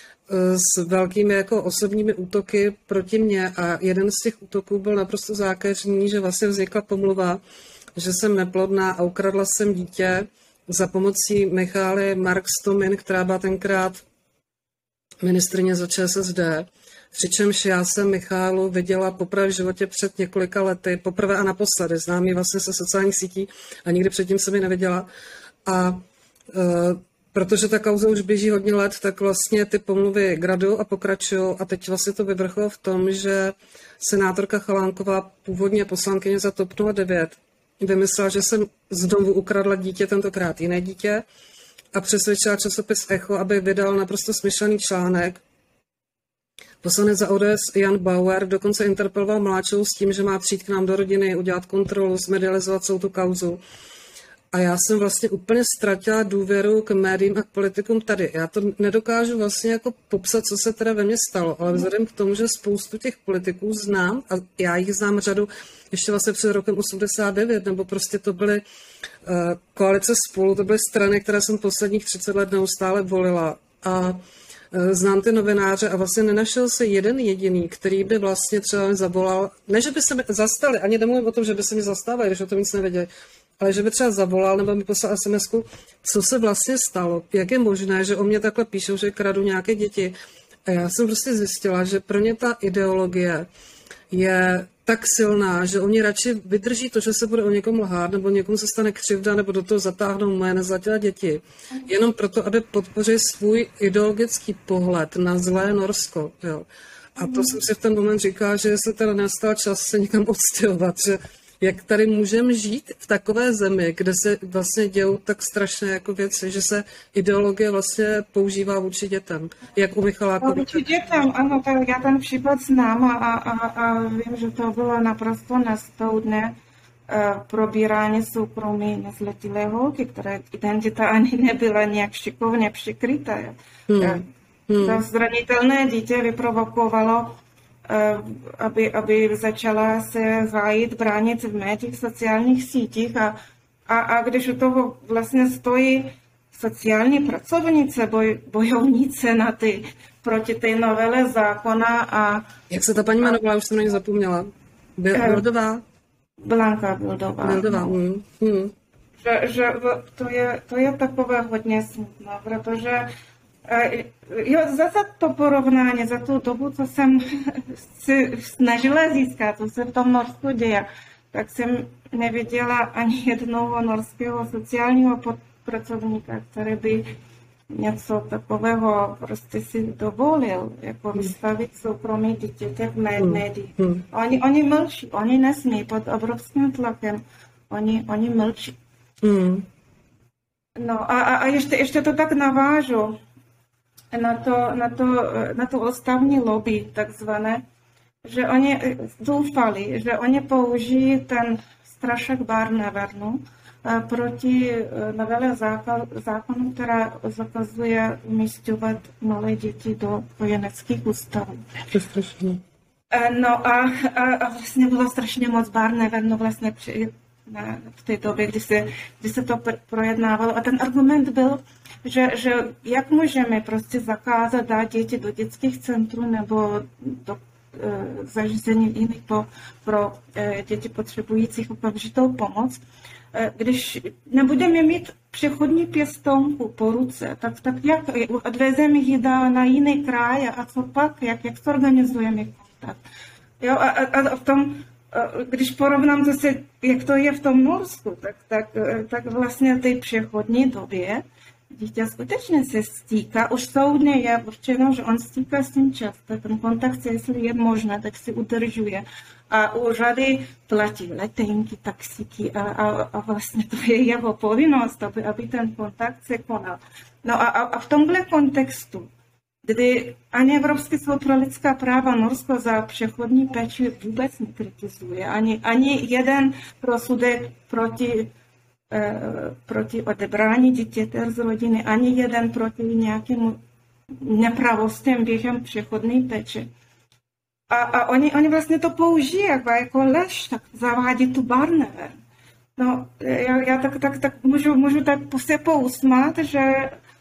s velkými jako osobními útoky proti mně a jeden z těch útoků byl naprosto zákeřný, že vlastně vznikla pomluva, že jsem neplodná a ukradla jsem dítě za pomocí Michály Marks-Tomin, která byla tenkrát ministryně za ČSSD, přičemž já jsem Michálu viděla poprvé v životě před několika lety, poprvé a naposledy, znám ji vlastně se sociálních sítí a nikdy předtím jsem ji neviděla. A e, protože ta kauza už běží hodně let, tak vlastně ty pomluvy gradují a pokračují a teď vlastně to vyvrcholo v tom, že senátorka Chalánková, původně poslankyně za TOP nula devět, vymyslela, že jsem z domu ukradla dítě, tentokrát jiné dítě, a přesvědčila časopis Echo, aby vydal naprosto smyšlený článek. Poslanec za O D S Jan Bauer dokonce interpeloval Maláčovou s tím, že má přijít k nám do rodiny, udělat kontrolu, zmedializovat celou tu kauzu. A já jsem vlastně úplně ztratila důvěru k médiím a k politikům tady. Já to nedokážu vlastně jako popsat, co se teda ve mně stalo, ale vzhledem k tomu, že spoustu těch politiků znám, a já jich znám řadu ještě vlastně před rokem osmdesát devět, nebo prostě to byly uh, koalice Spolu, to byly strany, které jsem posledních třicet let neustále volila. A uh, znám ty novináře a vlastně nenašel se jeden jediný, který by vlastně třeba mi zavolal, ne, že by se mi zastali, ani nemluvím o tom, že by se mi zastávali, když o tom nic nevěděli, ale že by třeba zavolal nebo mi poslal es em esku, co se vlastně stalo, jak je možné, že o mě takhle píšou, že kradu nějaké děti. A já jsem prostě zjistila, že pro ně ta ideologie je tak silná, že oni radši vydrží to, že se bude o někom lhát, nebo někomu se stane křivda, nebo do toho zatáhnou moje nezletilé děti. Jenom proto, aby podpořili svůj ideologický pohled na zlé Norsko. Jo. A to jsem si v ten moment říkala, že jestli teda nastal čas se někam odstěhovat, že jak tady můžeme žít v takové zemi, kde se vlastně dějou tak strašné jako věci, že se ideologie vlastně používá vůči dětem, jak u Michaláka. Vůči dětem, ano, tak já ten případ znám a, a, a vím, že to bylo naprosto nestoudné uh, probírání soukromí nezletilé holky, které identita ani nebyla nějak šikovně přikrytá. Hmm. Hmm. To zranitelné dítě vyprovokovalo, Aby, aby začala se hájit, bránit v médiích, sociálních sítích a, a, a když u toho vlastně stojí sociální pracovnice, boj, bojovnice na ty, proti té novele zákona a... Jak se ta paní jmenovala, už jsem na ní zapomněla. Bildová? Blanka Bildová. Bildová, no. hmm. Hmm. Že, že to, je, to je takové hodně smutné, protože jo, za to porovnání, za tu dobu, co jsem si snažila získat, co se v tom Norsku děje, tak jsem neviděla ani jednoho norského sociálního pracovníka, který by něco takového prostě si dovolil, jako vystavit soukromí dítěte v médiích. Oni, oni mlčí, oni nesmí pod obrovským tlakem, oni, oni mlčí. No a, a ještě, ještě to tak navážu na to, na to, na to ústavní lobby, takzvané, že oni doufali, že oni použijí ten strašek Barnevernu proti novele zákonu, která zakazuje umísťovat malé děti do kojeneckých ústavů. To je strašné. No a, a, a vlastně bylo strašně moc Barnevernu vlastně při, na, v té době, kdy se, kdy se to projednávalo. A ten argument byl, že, že jak můžeme prostě zakázat dát děti do dětských centrů nebo do e, zařízení jiných pro, pro e, děti potřebujících okamžitou pomoc, e, když nebudeme mít přechodní pěstounku po ruce, tak, tak jak odvezeme ji na jiný kraj a co pak, jak, jak to organizujeme kontakt. Jo, a, a, a v tom, když porovnám zase, jak to je v tom Norsku, tak, tak, tak vlastně té přechodní době dítě skutečně se stýká, už soudně je určeno, že on stýká s tím často, ten kontakt, jestli je možné, tak si udržuje. A úřady platí letenky, taxíky a, a, a vlastně to je jeho povinnost, aby, aby ten kontakt se konal. No a, a, a v tomhle kontextu, kdy ani Evropský soud pro lidská práva Norsko za přechodní péči vůbec nekritizuje, ani, ani jeden rozsudek proti proti odebrání dítěte z rodiny, ani jeden proti nějakým nepravostem během přechodné péče. A, a oni, oni vlastně to použijí jako, jako lež, tak zavádí tu Barnevern. No, já, já tak, tak, tak můžu, můžu tak se pousmát, že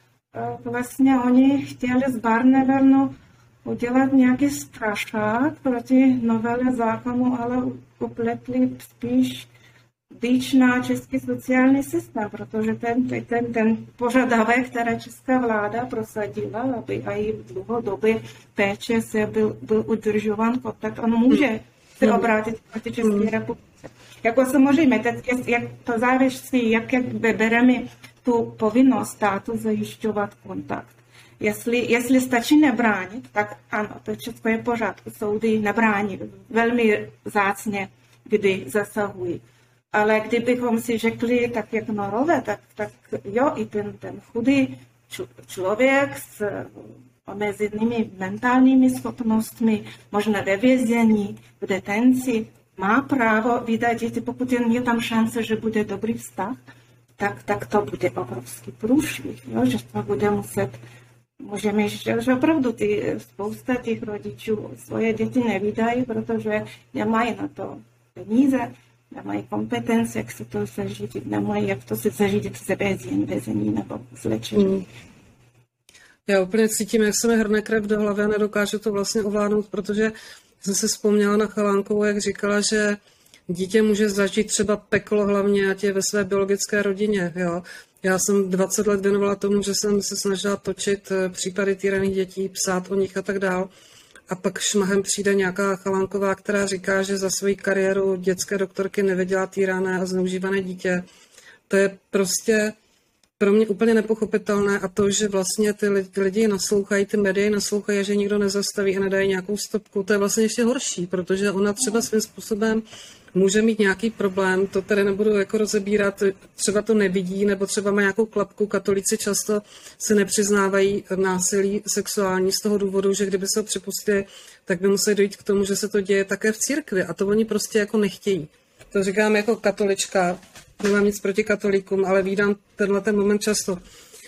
vlastně oni chtěli z Barnevernu udělat nějaký strašák proti novele zákonu, ale upletli spíš bič na český sociální systém, protože ten, ten, ten požadavek, který česká vláda prosadila, aby i v dlouhodobé péče se byl, byl udržován kontakt, on může se obrátit proti České republice. Jako samozřejmě, teď, jak to závisí, jak, jak bereme tu povinnost státu zajišťovat kontakt. Jestli, jestli stačí nebránit, tak ano, to všechno je pořádku. Soudy nebrání velmi vzácně, kdy zasahují. Ale kdybychom si řekli, tak jak Norové, tak, tak jo, i ten, ten chudý člověk s omezenými mentálními schopnostmi, možná ve vězení, v detenci, má právo vydat děti, pokud jen je tam šance, že bude dobrý vztah, tak, tak to bude obrovský průšvih, jo, že to bude muset, můžeme, že, že opravdu ty, spousta těch rodičů svoje děti nevydají, protože nemají na to peníze, nemají kompetence, jak se to zařídit, nemají, jak to se zařídit v vězení, vězení nebo zlečení. Mm. Já úplně cítím, jak se mi hrne krev do hlavy a nedokážu to vlastně ovládnout, protože jsem se vzpomněla na Chalánkovou, jak říkala, že dítě může zažít třeba peklo hlavně, ať je ve své biologické rodině. Jo. Já jsem dvacet let věnovala tomu, že jsem se snažila točit případy týraných dětí, psát o nich a tak dál. A pak šmahem přijde nějaká Chalánková, která říká, že za svou kariéru dětské doktorky neviděla týrané a zneužívané dítě. To je prostě pro mě úplně nepochopitelné a to, že vlastně ty lidi naslouchají, ty média naslouchají a že nikdo nezastaví a nedají nějakou stopku, to je vlastně ještě horší, protože ona třeba svým způsobem může mít nějaký problém, to tady nebudu jako rozebírat, třeba to nevidí, nebo třeba má nějakou klapku, katolíci často se nepřiznávají násilí sexuální z toho důvodu, že kdyby se ho připustili, tak by museli dojít k tomu, že se to děje také v církvi a to oni prostě jako nechtějí. To říkám jako katolička, nemám nic proti katolíkům, ale vídám tenhle ten moment často.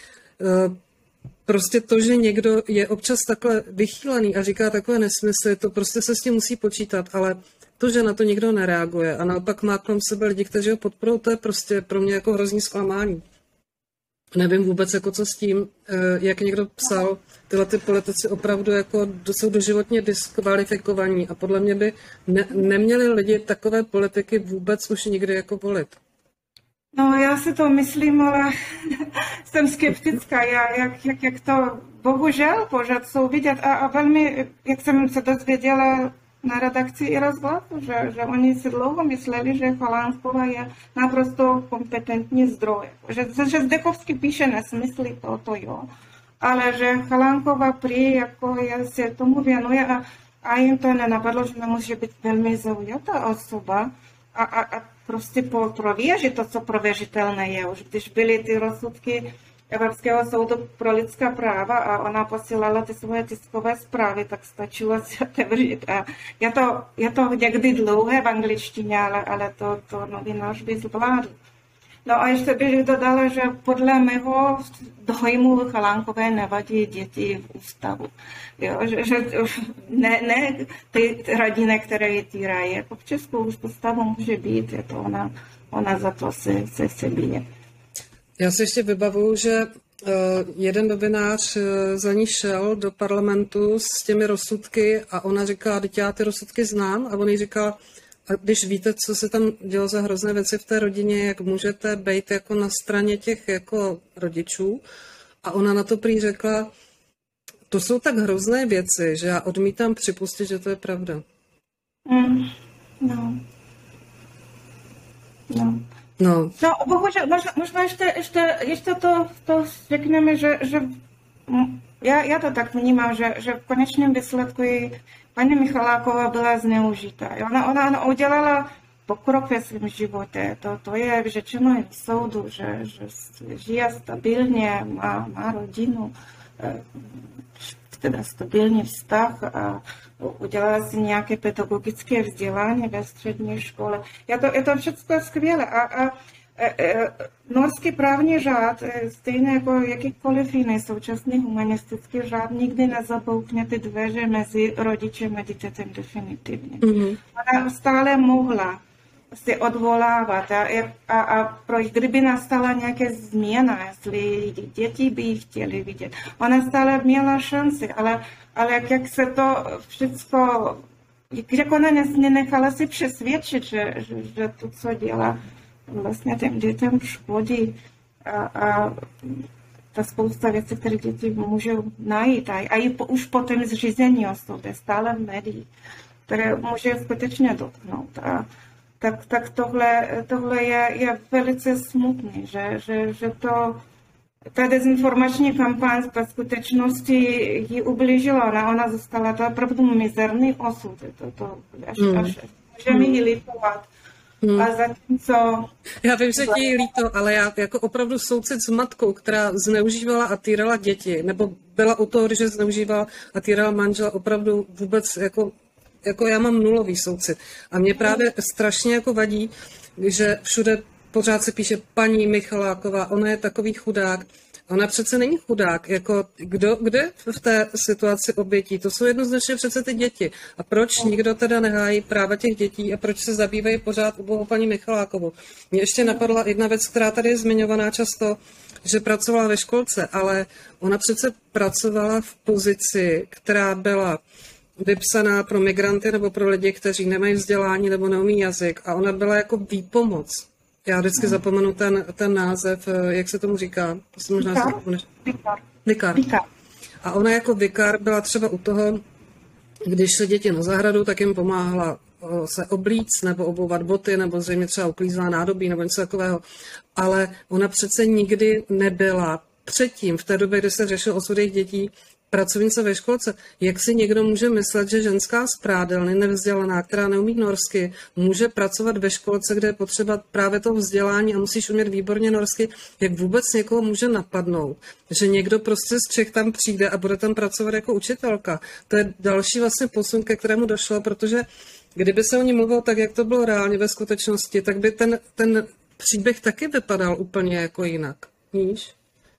Prostě to, že někdo je občas takhle vychýlený a říká takové nesmysly, to prostě se s tím musí počítat, ale to, že na to nikdo nereaguje a naopak má kolem sebe lidi, kteří ho podporují, to je prostě pro mě jako hrozný zklamání. Nevím vůbec, jako co s tím, jak někdo psal, tyhle ty politici opravdu jako jsou doživotně diskvalifikovaní a podle mě by ne, neměli lidi takové politiky vůbec už nikdy jako volit. No, já si to myslím, ale jsem skeptická, já, jak, jak, jak to bohužel pořád jsou vidět a, a velmi, jak jsem se dozvěděla na redakci i rozhlasu, že, že oni si dlouho mysleli, že Chalánková je naprosto kompetentní zdroj. Že, že Zdechovský píše nesmysly, to, to jo, ale že Chalánková prý jako je, se tomu věnuje a, a jim to nenapadlo, že nemůže být velmi zaujatá osoba a, a, a prostě po, prověřit to, co prověřitelné je. Už když byly ty rozsudky Evropského soudu pro lidská práva a ona posílala ty svoje tiskové zprávy, tak stačilo si otevřít. A je to, je to někdy dlouhé v angličtině, ale, ale to, to novinář by zvládl. No a ještě bych dodala, že podle mého dojmu Chalánkové nevadí děti v ústavu. Jo, že, že ne, ne ty rodiny, které je týrají. Jako v Česku už v ústavu může být, je to ona, ona za to se, se, se bije. Já si ještě vybavuju, že uh, jeden novinář uh, za ní šel do parlamentu s těmi rozsudky a ona říká, teď já ty rozsudky znám a on jí říkal, a když víte, co se tam dělo za hrozné věci v té rodině, jak můžete být jako na straně těch jako rodičů. A ona na to prý řekla, to jsou tak hrozné věci, že já odmítám připustit, že to je pravda. Mm, no. No. No. No, bohužel, možná, možná ještě, ještě, ještě to, to řekneme, že, že já, já to tak vnímám, že, že v konečném výsledku paní Michaláková byla zneužita. Ona, ona, ona udělala pokrok ve svém životě. To, to je řečeno i v soudu, že, že žije stabilně, má, má rodinu, teda stabilní vztah a udělala si nějaké pedagogické vzdělání ve střední škole. Je to, je to všechno skvělé. A, a, a norský právní řád, stejně jako jakýkoliv jiný současný humanistický řád, nikdy nezaboukne ty dveře mezi rodičem a dítětem definitivně. Mm-hmm. Ona stále mohla se odvolávat a, a, a proč, kdyby nastala nějaká změna, jestli děti by ji chtěli vidět. Ona stále měla šanci, ale, ale jak, jak se to všechno, jak ona nenechala si přesvědčit, že, že, že to, co dělá, vlastně těm dětem škodí a, a ta spousta věcí, které děti můžou najít a, a i po, už po tom zřízení osoby, stále v médiích, které může skutečně dotknout. A, tak, tak tohle, tohle je, je velice smutné, že, že, že to, ta dezinformační kampaň ve skutečnosti jí ublížila. Ona, ona zůstala to opravdu mizerný osud. To, to, až, mm. až, můžeme jí litovat. Hmm. A zatímco... Já vím, že ti je líto, ale já jako opravdu soucit s matkou, která zneužívala a týrala děti, nebo byla u toho, že zneužívala a týrala manžela, opravdu vůbec jako, jako já mám nulový soucit. A mě právě strašně jako vadí, že všude pořád se píše paní Michaláková, ona je takový chudák. Ona přece není chudák, jako kdo, kde v té situaci obětí? To jsou jednoznačně přece ty děti. A proč nikdo teda nehájí práva těch dětí a proč se zabývají pořád ubohou paní Michalákovou? Mně ještě napadla jedna věc, která tady je zmiňovaná často, že pracovala ve školce, ale ona přece pracovala v pozici, která byla vypsaná pro migranty nebo pro lidi, kteří nemají vzdělání nebo neumí jazyk a ona byla jako výpomoc. Já vždycky hmm. zapomenu ten, ten název, jak se tomu říká. To si možná Vikar. zapomeneš. Vikar. Vikar. Vikar. A ona jako vikar byla třeba u toho, když šly děti na zahradu, tak jim pomáhala se oblíct nebo obouvat boty, nebo zřejmě třeba uklízela nádobí nebo něco takového. Ale ona přece nikdy nebyla předtím, v té době, kdy se řešil osud jejich dětí, pracovnice ve školce. Jak si někdo může myslet, že ženská z prádelny, nevzdělaná, která neumí norsky, může pracovat ve školce, kde je potřeba právě toho vzdělání a musíš umět výborně norsky, jak vůbec někoho může napadnout, že někdo prostě z Čech tam přijde a bude tam pracovat jako učitelka. To je další vlastně posun, ke kterému došlo, protože kdyby se o ní mluvilo tak, jak to bylo reálně ve skutečnosti, tak by ten, ten příběh taky vypadal úplně jako jinak. Víš?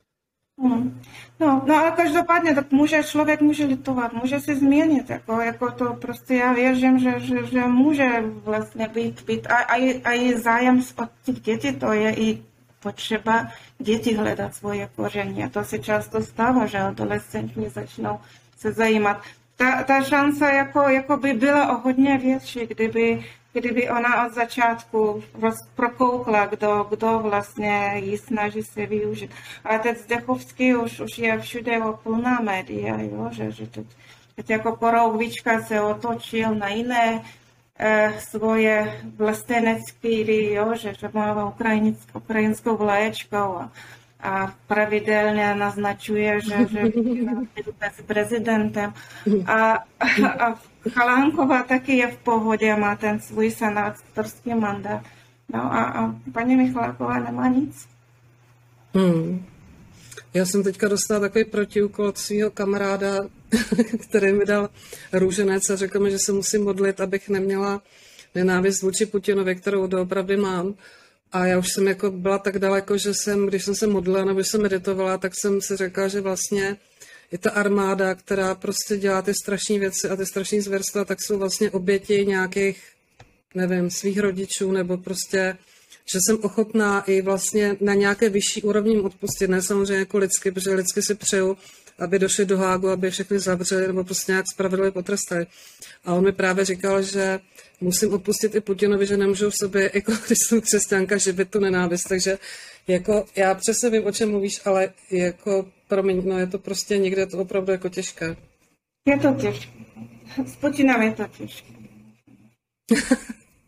Hmm. No, no ale každopádně tak může, člověk může litovat, může se změnit, jako, jako to prostě já věřím, že, že, že může vlastně být, být a, a, i, a i zájem od těch dětí, to je i potřeba děti hledat svoje koření a to se často stává, že adolescenti začnou se zajímat. Ta, ta šance jako, jako by byla o hodně větší, kdyby kdyby ona od začátku prokoukla, kdo, kdo vlastně ji snaží se využít. Ale teď Zdechovský už, už je všude plná média, jo? že, že teď, teď jako Korouvička se otočil na jiné eh, svoje vlastenectví, jo? že, že má ukrajinskou vlaječkou a, a pravidelně naznačuje, že, že je s prezidentem. A, a, a Chalánková taky je v pohodě, má ten svůj senátorský mandát. No a, a paní Michaláková nemá nic. Hmm. Já jsem teďka dostala takový protiúkol od svého kamaráda, který mi dal růženec a řekl mi, že se musím modlit, abych neměla nenávist vůči Putinovi, kterou doopravdy mám. A já už jsem jako byla tak daleko, že jsem, když jsem se modlila nebo jsem meditovala, tak jsem si řekla, že vlastně je ta armáda, která prostě dělá ty strašné věci a ty strašné zvěrstva, tak jsou vlastně oběti nějakých, nevím, svých rodičů, nebo prostě, že jsem ochotná i vlastně na nějaké vyšší úrovni odpustit, ne samozřejmě jako lidsky, protože lidsky si přeju, aby došli do Hágu, aby všechny zavřeli, nebo prostě nějak spravedlivě potrestali. A on mi právě říkal, že musím odpustit i Putinovi, že nemůžu v sobě, jako když jsem křesťanka, živit tu nenávist, takže jako já přesně vím, o čem mluvíš, ale jako promiň, no je to prostě někde to opravdu jako těžké. Je to těžké. S Putinem je to těžké.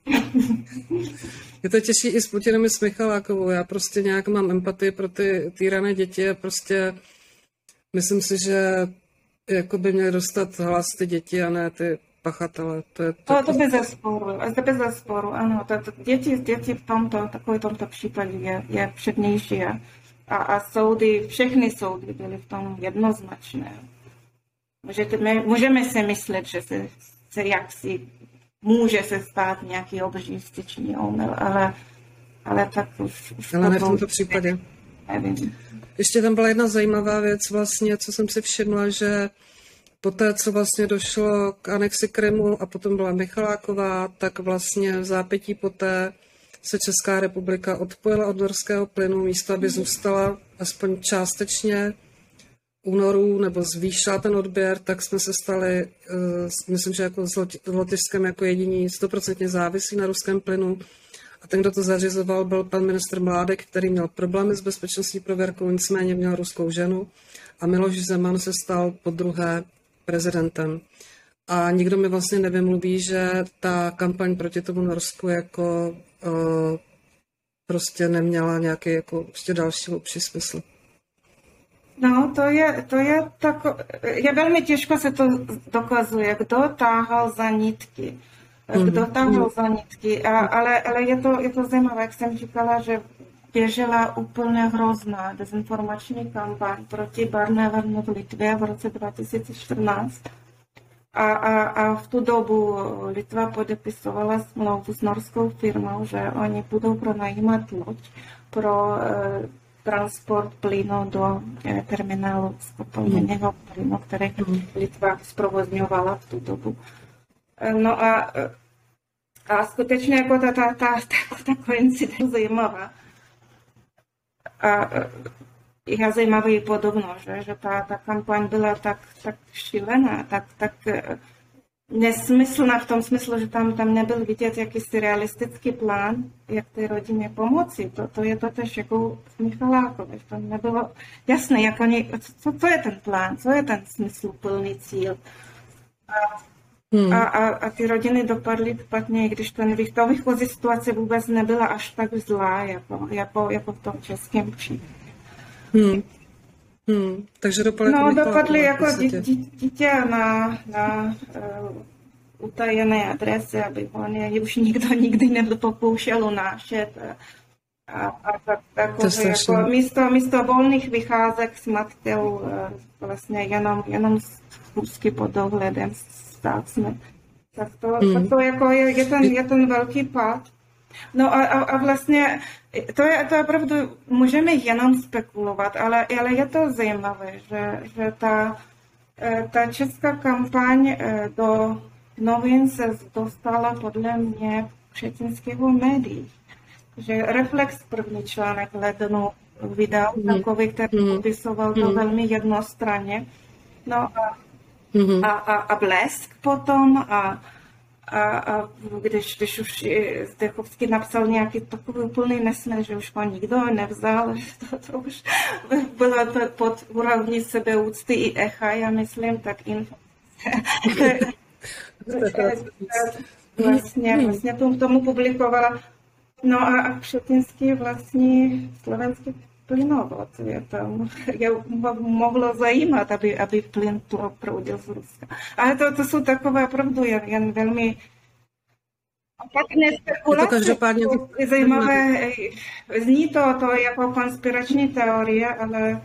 Je to těžší i s Putinem i s Michalákovou. Já prostě nějak mám empatii pro ty týrané děti a prostě myslím si, že jako by měly dostat hlas ty děti a ne ty pachatele. To, je to, to bez zesporu, to bez zesporu, ano. To, to, děti, děti v tomto, takový tomto případě je, je přednější a, a soudy, všechny soudy byly v tom jednoznačné. Můžete, můžeme si myslet, že se, se jaksi může se stát nějaký obří styční omyl, ale, ale tak už, už ale ne v tomto případě. Nevím. Ještě tam byla jedna zajímavá věc vlastně, co jsem si všimla, že poté, co vlastně došlo k anexi Krymu a potom byla Michaláková, tak vlastně v zápětí poté se Česká republika odpojila od norského plynu, místo aby zůstala aspoň částečně únoru nebo zvýšila ten odběr, tak jsme se stali, uh, myslím, že jako s Lotyšskem jako jediní stoprocentně závislí na ruském plynu. A ten, kdo to zařizoval, byl pan ministr Mládek, který měl problémy s bezpečnostní prověrkou, nicméně měl ruskou ženu. A Miloš Zeman se stal podruhé prezidentem. A nikdo mi vlastně nevymluví, že ta kampaň proti tomu Norsku jako uh, prostě neměla nějaký jako prostě další hlubší smysl. No, to je, to je tako, je velmi těžko se to dokazuje, kdo táhal za nitky. Kdo táhal za nitky, a, ale, ale je, to, je to zajímavé, jak jsem říkala, že běžela úplně hrozná dezinformační kampaň proti Barnevernu v Litvě v roce dva tisíce čtrnáct. A, a, a v tu dobu Litva podepisovala smlouvu s norskou firmou, že oni budou pronajímat loď pro eh, transport plynu do eh, terminálu skapalněného plynu, který Litva zprovozňovala v tu dobu. No a, a skutečně jako ta, ta, ta, ta, ta koincidence zajímavá. A je zajímavé i podobno, že, že ta, ta kampaň byla tak, tak šílená, tak, tak nesmyslná v tom smyslu, že tam, tam nebyl vidět jakýsi realistický plán, jak té rodině pomoci. To, to je to tež jako v Michalákově. To nebylo jasné, jak oni, co, co je ten plán, co je ten smysluplný cíl. A, Hmm. A, a, a ty rodiny dopadly špatně, když ten, ta výchozí situace vůbec nebyla až tak zlá, jako, jako, jako v tom českém případě. Hmm. Hmm. Takže dopadly, no, dopadly jako dítě, dítě na, na uh, utajené adresy, aby on je už nikdo nikdy nepokoušel unášet. A, a tak, jako, jako místo, místo volných vycházek s matkou uh, vlastně jenom, jenom schůzky pod dohledem stát jsme. Tak to, mm. tak to jako je, je, ten, je ten velký pád. No a, a, a vlastně to je, to je opravdu, můžeme jenom spekulovat, ale, ale je to zajímavé, že, že ta, ta česká kampaň do novin se dostala podle mě předtinského médií. Že Reflex první článek lednu vydal mm. takový, který mm. popisoval to mm. velmi jednostranně. No a Mm-hmm. A, a, a Blesk potom a, a, a když, když už Zdechovský napsal nějaký takový úplný nesmysl, že už ho nikdo nevzal, to, to už bylo to pod úrovní sebeúcty i Echa, já myslím, tak informace vlastně, vlastně tomu, tomu publikovala. No a, a Křetinský vlastní slovenský plynovod, je tam, je mohlo zajímat, aby, aby plyn proudil z Ruska. Ale to, to jsou takové opravdu jen, jen velmi opatrné spekulace. To je zajímavé, zní to, to jako konspirační teorie, ale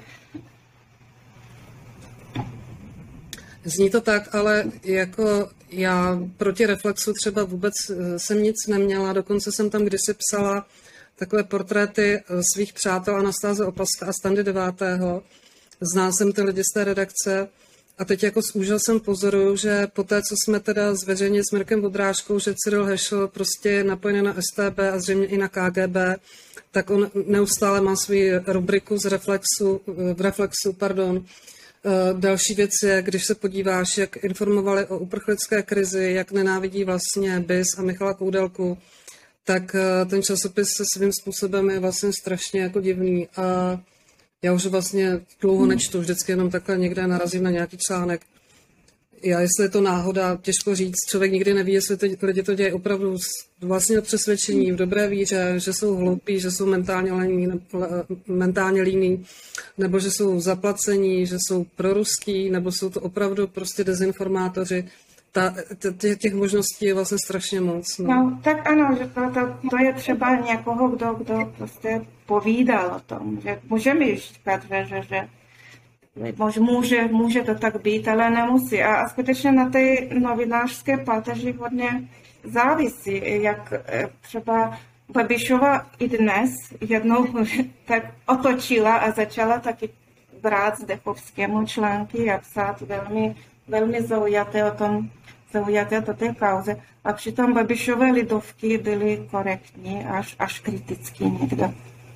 zní to tak, ale jako já proti Reflexu třeba vůbec jsem nic neměla, dokonce jsem tam kdysi psala takové portréty svých přátel Anastáze Opaska a Standy devátého. Znal jsem ty lidi z té redakce a teď jako s úžasem pozoruju, že po té, co jsme teda zveřejnili s Mirkem Vodrážkou, že Cyril Hešl prostě je napojený na S T B a zřejmě i na K G B, tak on neustále má svou rubriku z Reflexu, v Reflexu, pardon. Další věc je, když se podíváš, jak informovali o uprchlické krizi, jak nenávidí vlastně B I S a Michala Koudelku, tak ten časopis se svým způsobem je vlastně strašně jako divný a já už vlastně dlouho nečtu, vždycky jenom takhle někde narazím na nějaký článek. Já, jestli je to náhoda, těžko říct. Člověk nikdy neví, jestli ty lidi to dějí opravdu z vlastního přesvědčení, v dobré víře, že jsou hloupí, že jsou mentálně líní, mentálně líní, nebo že jsou zaplacení, že jsou proruský, nebo jsou to opravdu prostě dezinformátoři. Ta, těch, těch možností je vlastně strašně moc. No, no tak ano, že to, to, to je třeba někoho, kdo, kdo prostě povídal o tom, že můžeme říkat, že, že, že může, může to tak být, ale nemusí. A, a skutečně na té novinářské páteři hodně závisí, jak třeba Babišova i dnes jednou tak otočila a začala taky brát Zdechovskému články a psát velmi, velmi zaujaté o tom, zaujaté do té kauze. A přitom Babišové lidovky byly korektní až, až kritický někdo.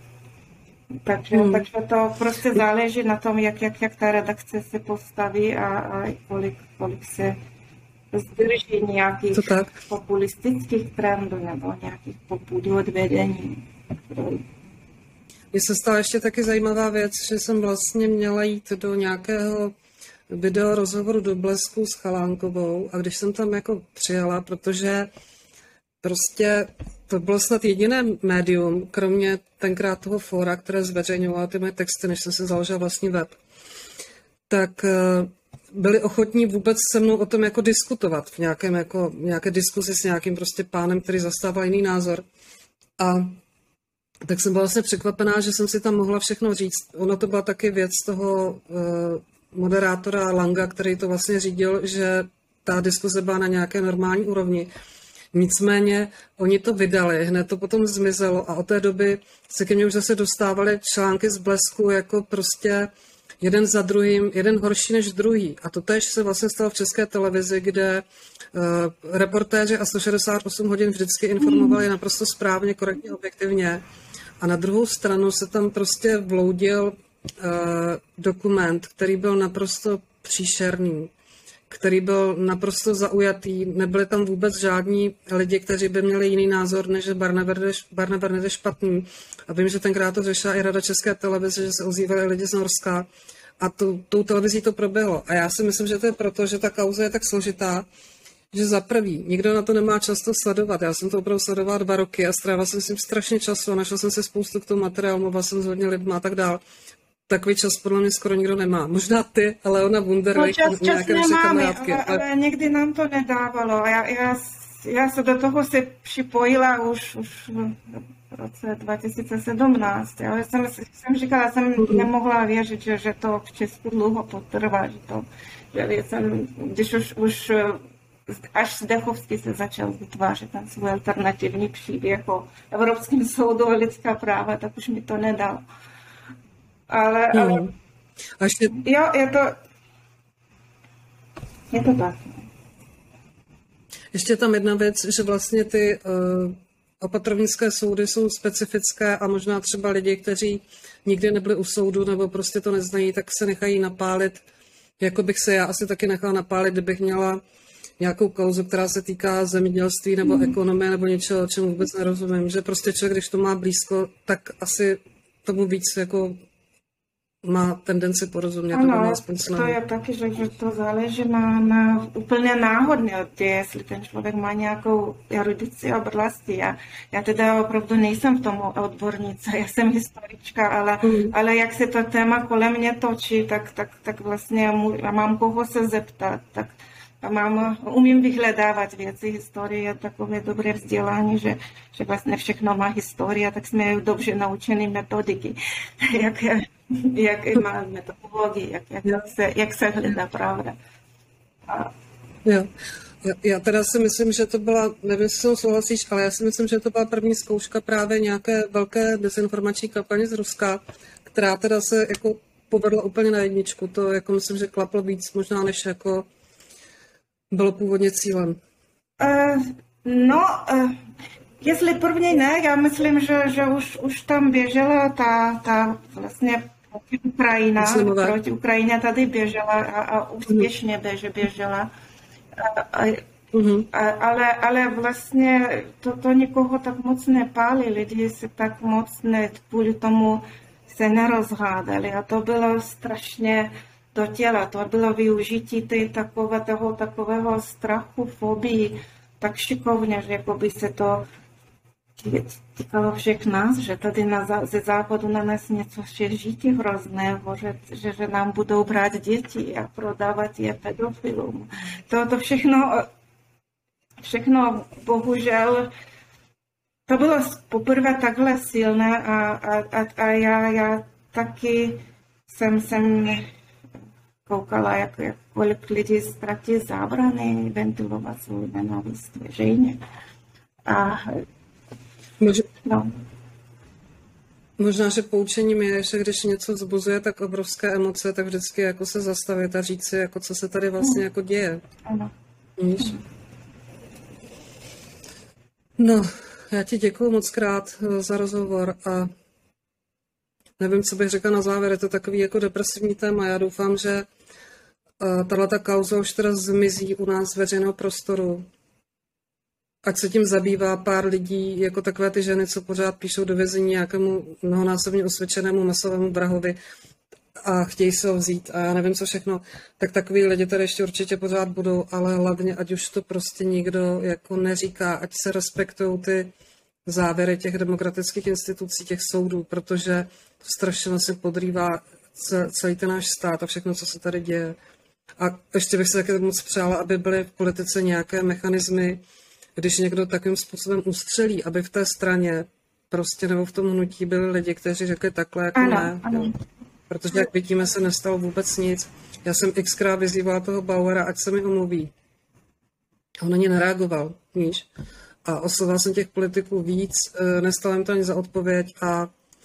Takže, hmm. takže to prostě záleží na tom, jak, jak, jak ta redakce se postaví a, a kolik, kolik se zdrží nějakých populistických trendů nebo nějakých popudů od vedení. Mně se stala ještě taky zajímavá věc, že jsem vlastně měla jít do nějakého video rozhovoru do Blesku s Chalánkovou a když jsem tam jako přijela, protože prostě to bylo snad jediné médium, kromě tenkrát toho fóra, které zveřejňovalo ty moje texty, než jsem si založila vlastní web, tak byli ochotní vůbec se mnou o tom jako diskutovat v nějakém jako, nějaké diskuzi s nějakým prostě pánem, který zastával jiný názor. A tak jsem byla vlastně překvapená, že jsem si tam mohla všechno říct. Ono to byla taky věc toho uh, moderátora Langa, který to vlastně řídil, že ta diskuze byla na nějaké normální úrovni. Nicméně oni to vydali, hned to potom zmizelo a od té doby se ke mně už zase dostávaly články z Blesku jako prostě jeden za druhým, jeden horší než druhý. A to též se vlastně stalo v České televizi, kde uh, reportéři a sto šedesát osm hodin vždycky informovali naprosto správně, korektně, objektivně. A na druhou stranu se tam prostě vloudil uh, dokument, který byl naprosto příšerný, který byl naprosto zaujatý. Nebyli tam vůbec žádní lidi, kteří by měli jiný názor, než že Barnevern je špatný. A vím, že tenkrát to řešila i Rada České televize, že se ozývali lidi z Norska a tu, tou televizí to proběhlo. A já si myslím, že to je proto, že ta kauza je tak složitá, že za prvý, nikdo na to nemá často sledovat. Já jsem to opravdu sledovala dva roky a strávila jsem s tím strašně času a našla jsem si spoustu k tomu materiálu, mluvila jsem s hodně lidma a tak dál. Takový čas podle mě skoro nikdo nemá. Možná ty, ale ona Wunderlich no, čas, nějaké naše kamarádky. Ale, ale někdy nám to nedávalo. Já, já, já se do toho se připojila už, už v roce dva tisíce sedmnáct. Já jsem, jsem říkala, jsem mm-hmm. nemohla věřit, že, že to v Česku dlouho potrvá. Že to, že jsem, když už, už až Zdechovský se začal vytvářet ten svůj alternativní příběh o Evropském soudu o lidská práva, tak už mi to nedalo. Ale, hmm. ale ještě... jo, je to, je to tak. Ještě tam jedna věc, že vlastně ty uh, opatrovnické soudy jsou specifické a možná třeba lidi, kteří nikdy nebyli u soudu nebo prostě to neznají, tak se nechají napálit, jako bych se já asi taky nechala napálit, kdybych měla nějakou kauzu, která se týká zemědělství nebo hmm. ekonomie nebo něčeho, čemu vůbec nerozumím. Že prostě člověk, když to má blízko, tak asi tomu víc jako má tendenci porozumět. Ano, to, to je taky, že, že to záleží na, na úplně náhodně od tě, jestli ten člověk má nějakou erudici oblasti. Já, já teda opravdu nejsem v tom odbornice, já jsem historička, ale, mm. ale jak se to téma kolem mě točí, tak, tak, tak vlastně já mám koho se zeptat. Tak a mám, umím vyhledávat věci, historie je takové dobré vzdělání, že, že vlastně všechno má historie, tak jsme dobře naučení metodiky, jak, jak má metodologii, jak, jak, se, jak se hledá pravda. A... Jo. Já, já teda si myslím, že to byla, nevím, jestli souhlasíš, ale já si myslím, že to byla první zkouška právě nějaké velké dezinformační kampaně z Ruska, která teda se jako povedla úplně na jedničku. To jako myslím, že klaplo víc možná než jako bylo původně cílem. Uh, no, uh, jestli první ne, já myslím, že, že už, už tam běžela ta, ta vlastně proti Ukrajina, Muslimové. proti Ukrajině tady běžela a, a úspěšně běže, běžela. A, a, uh-huh. a, ale, ale vlastně to, to nikoho tak moc nepálí, lidi se tak moc ne, kvůli tomu se nerozhádali a to bylo strašně do těla. To bylo využití ty, takové, toho, takového strachu, fobii, tak šikovně, že jako by se to týkalo všech nás, že tady na, ze západu na nás něco žítí hrozného, že, že, že nám budou brát děti a prodávat je pedofilům. To, to všechno, všechno bohužel, to bylo poprvé takhle silné a, a, a, a já, já taky jsem, jsem koukala, jak, jak kolik lidí ztratí zábrany ventilovat svou nenávist veřejně. A Mož, no. Možná, že poučením je, že když něco vzbuzuje tak obrovské emoce, tak vždycky jako se zastavit a říct si, jako co se tady vlastně jako děje. Ano. Víš? No, já ti děkuju moc krát za rozhovor a nevím, co bych řekla na závěr, je to takový jako depresivní téma. Já doufám, že tato kauza už teda zmizí u nás z veřejného prostoru. Ať se tím zabývá pár lidí, jako takové ty ženy, co pořád píšou do vězení nějakému mnohonásobně osvědčenému masovému vrahovi a chtějí se ho vzít a já nevím, co všechno, tak takový lidi tady ještě určitě pořád budou, ale hlavně, ať už to prostě nikdo jako neříká, ať se respektují ty závěry těch demokratických institucí, těch soudů, protože to strašně se podrývá celý ten náš stát a všechno, co se tady děje. A ještě bych se taky moc přála, aby byly v politice nějaké mechanismy, když někdo takovým způsobem ustřelí, aby v té straně prostě nebo v tom hnutí byli lidi, kteří řekli takhle, jako ano, ne. Ano. Protože, jak vidíme, se nestalo vůbec nic. Já jsem xkrát vyzývala toho Bauera, ať se mi omluví. On ani nereagoval, víš. A oslovila jsem těch politiků víc, nestala jim to ani za odpověď a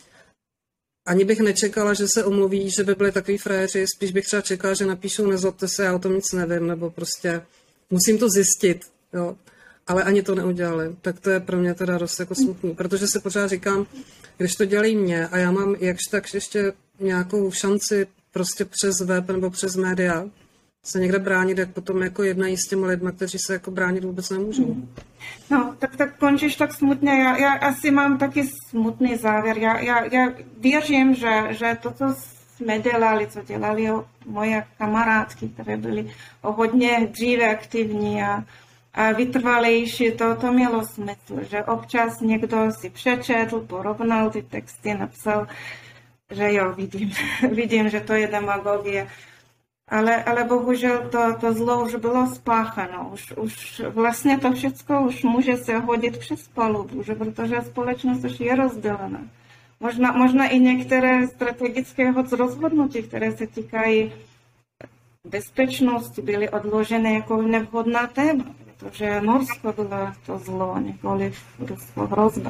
ani bych nečekala, že se omluví, že by byli takový frajeři, spíš bych třeba čekala, že napíšou nezlobte se, já o tom nic nevím, nebo prostě musím to zjistit, jo. Ale ani to neudělali. Tak to je pro mě teda dost jako smutný, protože si pořád říkám, když to dělají mě a já mám jakž tak ještě nějakou šanci prostě přes web nebo přes média se někde bránit, jak potom jako jednají s těmi lidmi, kteří se jako bránit vůbec nemůžou. No, tak, tak končíš tak smutně. Já, já asi mám taky smutný závěr. Já, já, já věřím, že, že to, co jsme dělali, co dělali moje kamarádky, které byly o hodně dříve aktivní a a vytrvalejší, to, to mělo smysl, že občas někdo si přečetl, porovnal ty texty, napsal, že jo, vidím, vidím, že to je demagogie. Ale, ale bohužel to, to zlo už bylo spáchano. Už, už vlastně to všechno už může se hodit přes palubu, že protože společnost už je rozdělena. Možná, možná i některé strategické rozhodnutí, které se týkají bezpečnosti, byly odložené jako nevhodná téma. Protože Norsko bylo to zlo, nikoliv Rusko hrozba.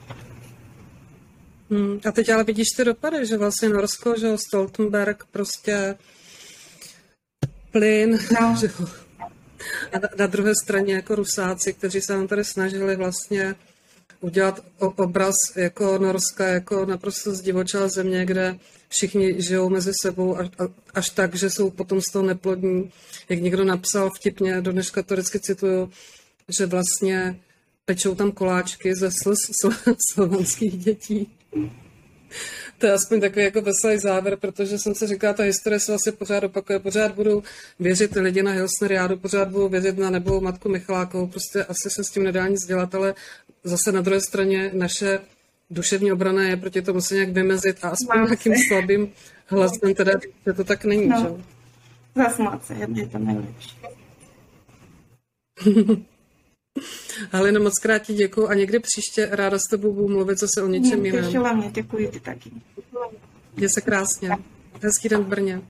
Hmm, a teď ale vidíš ty dopady, že vlastně Norsko, že Stoltenberg prostě plyn, no. že a na, na druhé straně jako Rusáci, kteří se nám tady snažili vlastně udělat obraz jako Norska, jako naprosto zdivočelá země, kde všichni žijou mezi sebou až, až tak, že jsou potom z toho neplodní. Jak někdo napsal vtipně, do dneška to vždycky cituju, že vlastně pečou tam koláčky ze slz slovanských dětí. To je aspoň takový jako veselý závěr, protože jsem si říkala, ta historie se vlastně pořád opakuje, pořád budou věřit lidi na Hilsneriádu, pořád budou věřit na nebou matku Michalákovou, prostě asi se s tím nedá nic dělat, ale zase na druhé straně naše duševní obrana je proti tomu se nějak vymezit a aspoň Mám nějakým se. slabým hlasem teda, že to tak není, No. že? Zasmát se, je to nejlepší. Halino, moc krát ti děkuju a někdy příště ráda s tebou budu mluvit zase o něčem jiném. Těšila mě, děkuji ty taky. Měj se krásně. Hezký den v Brně.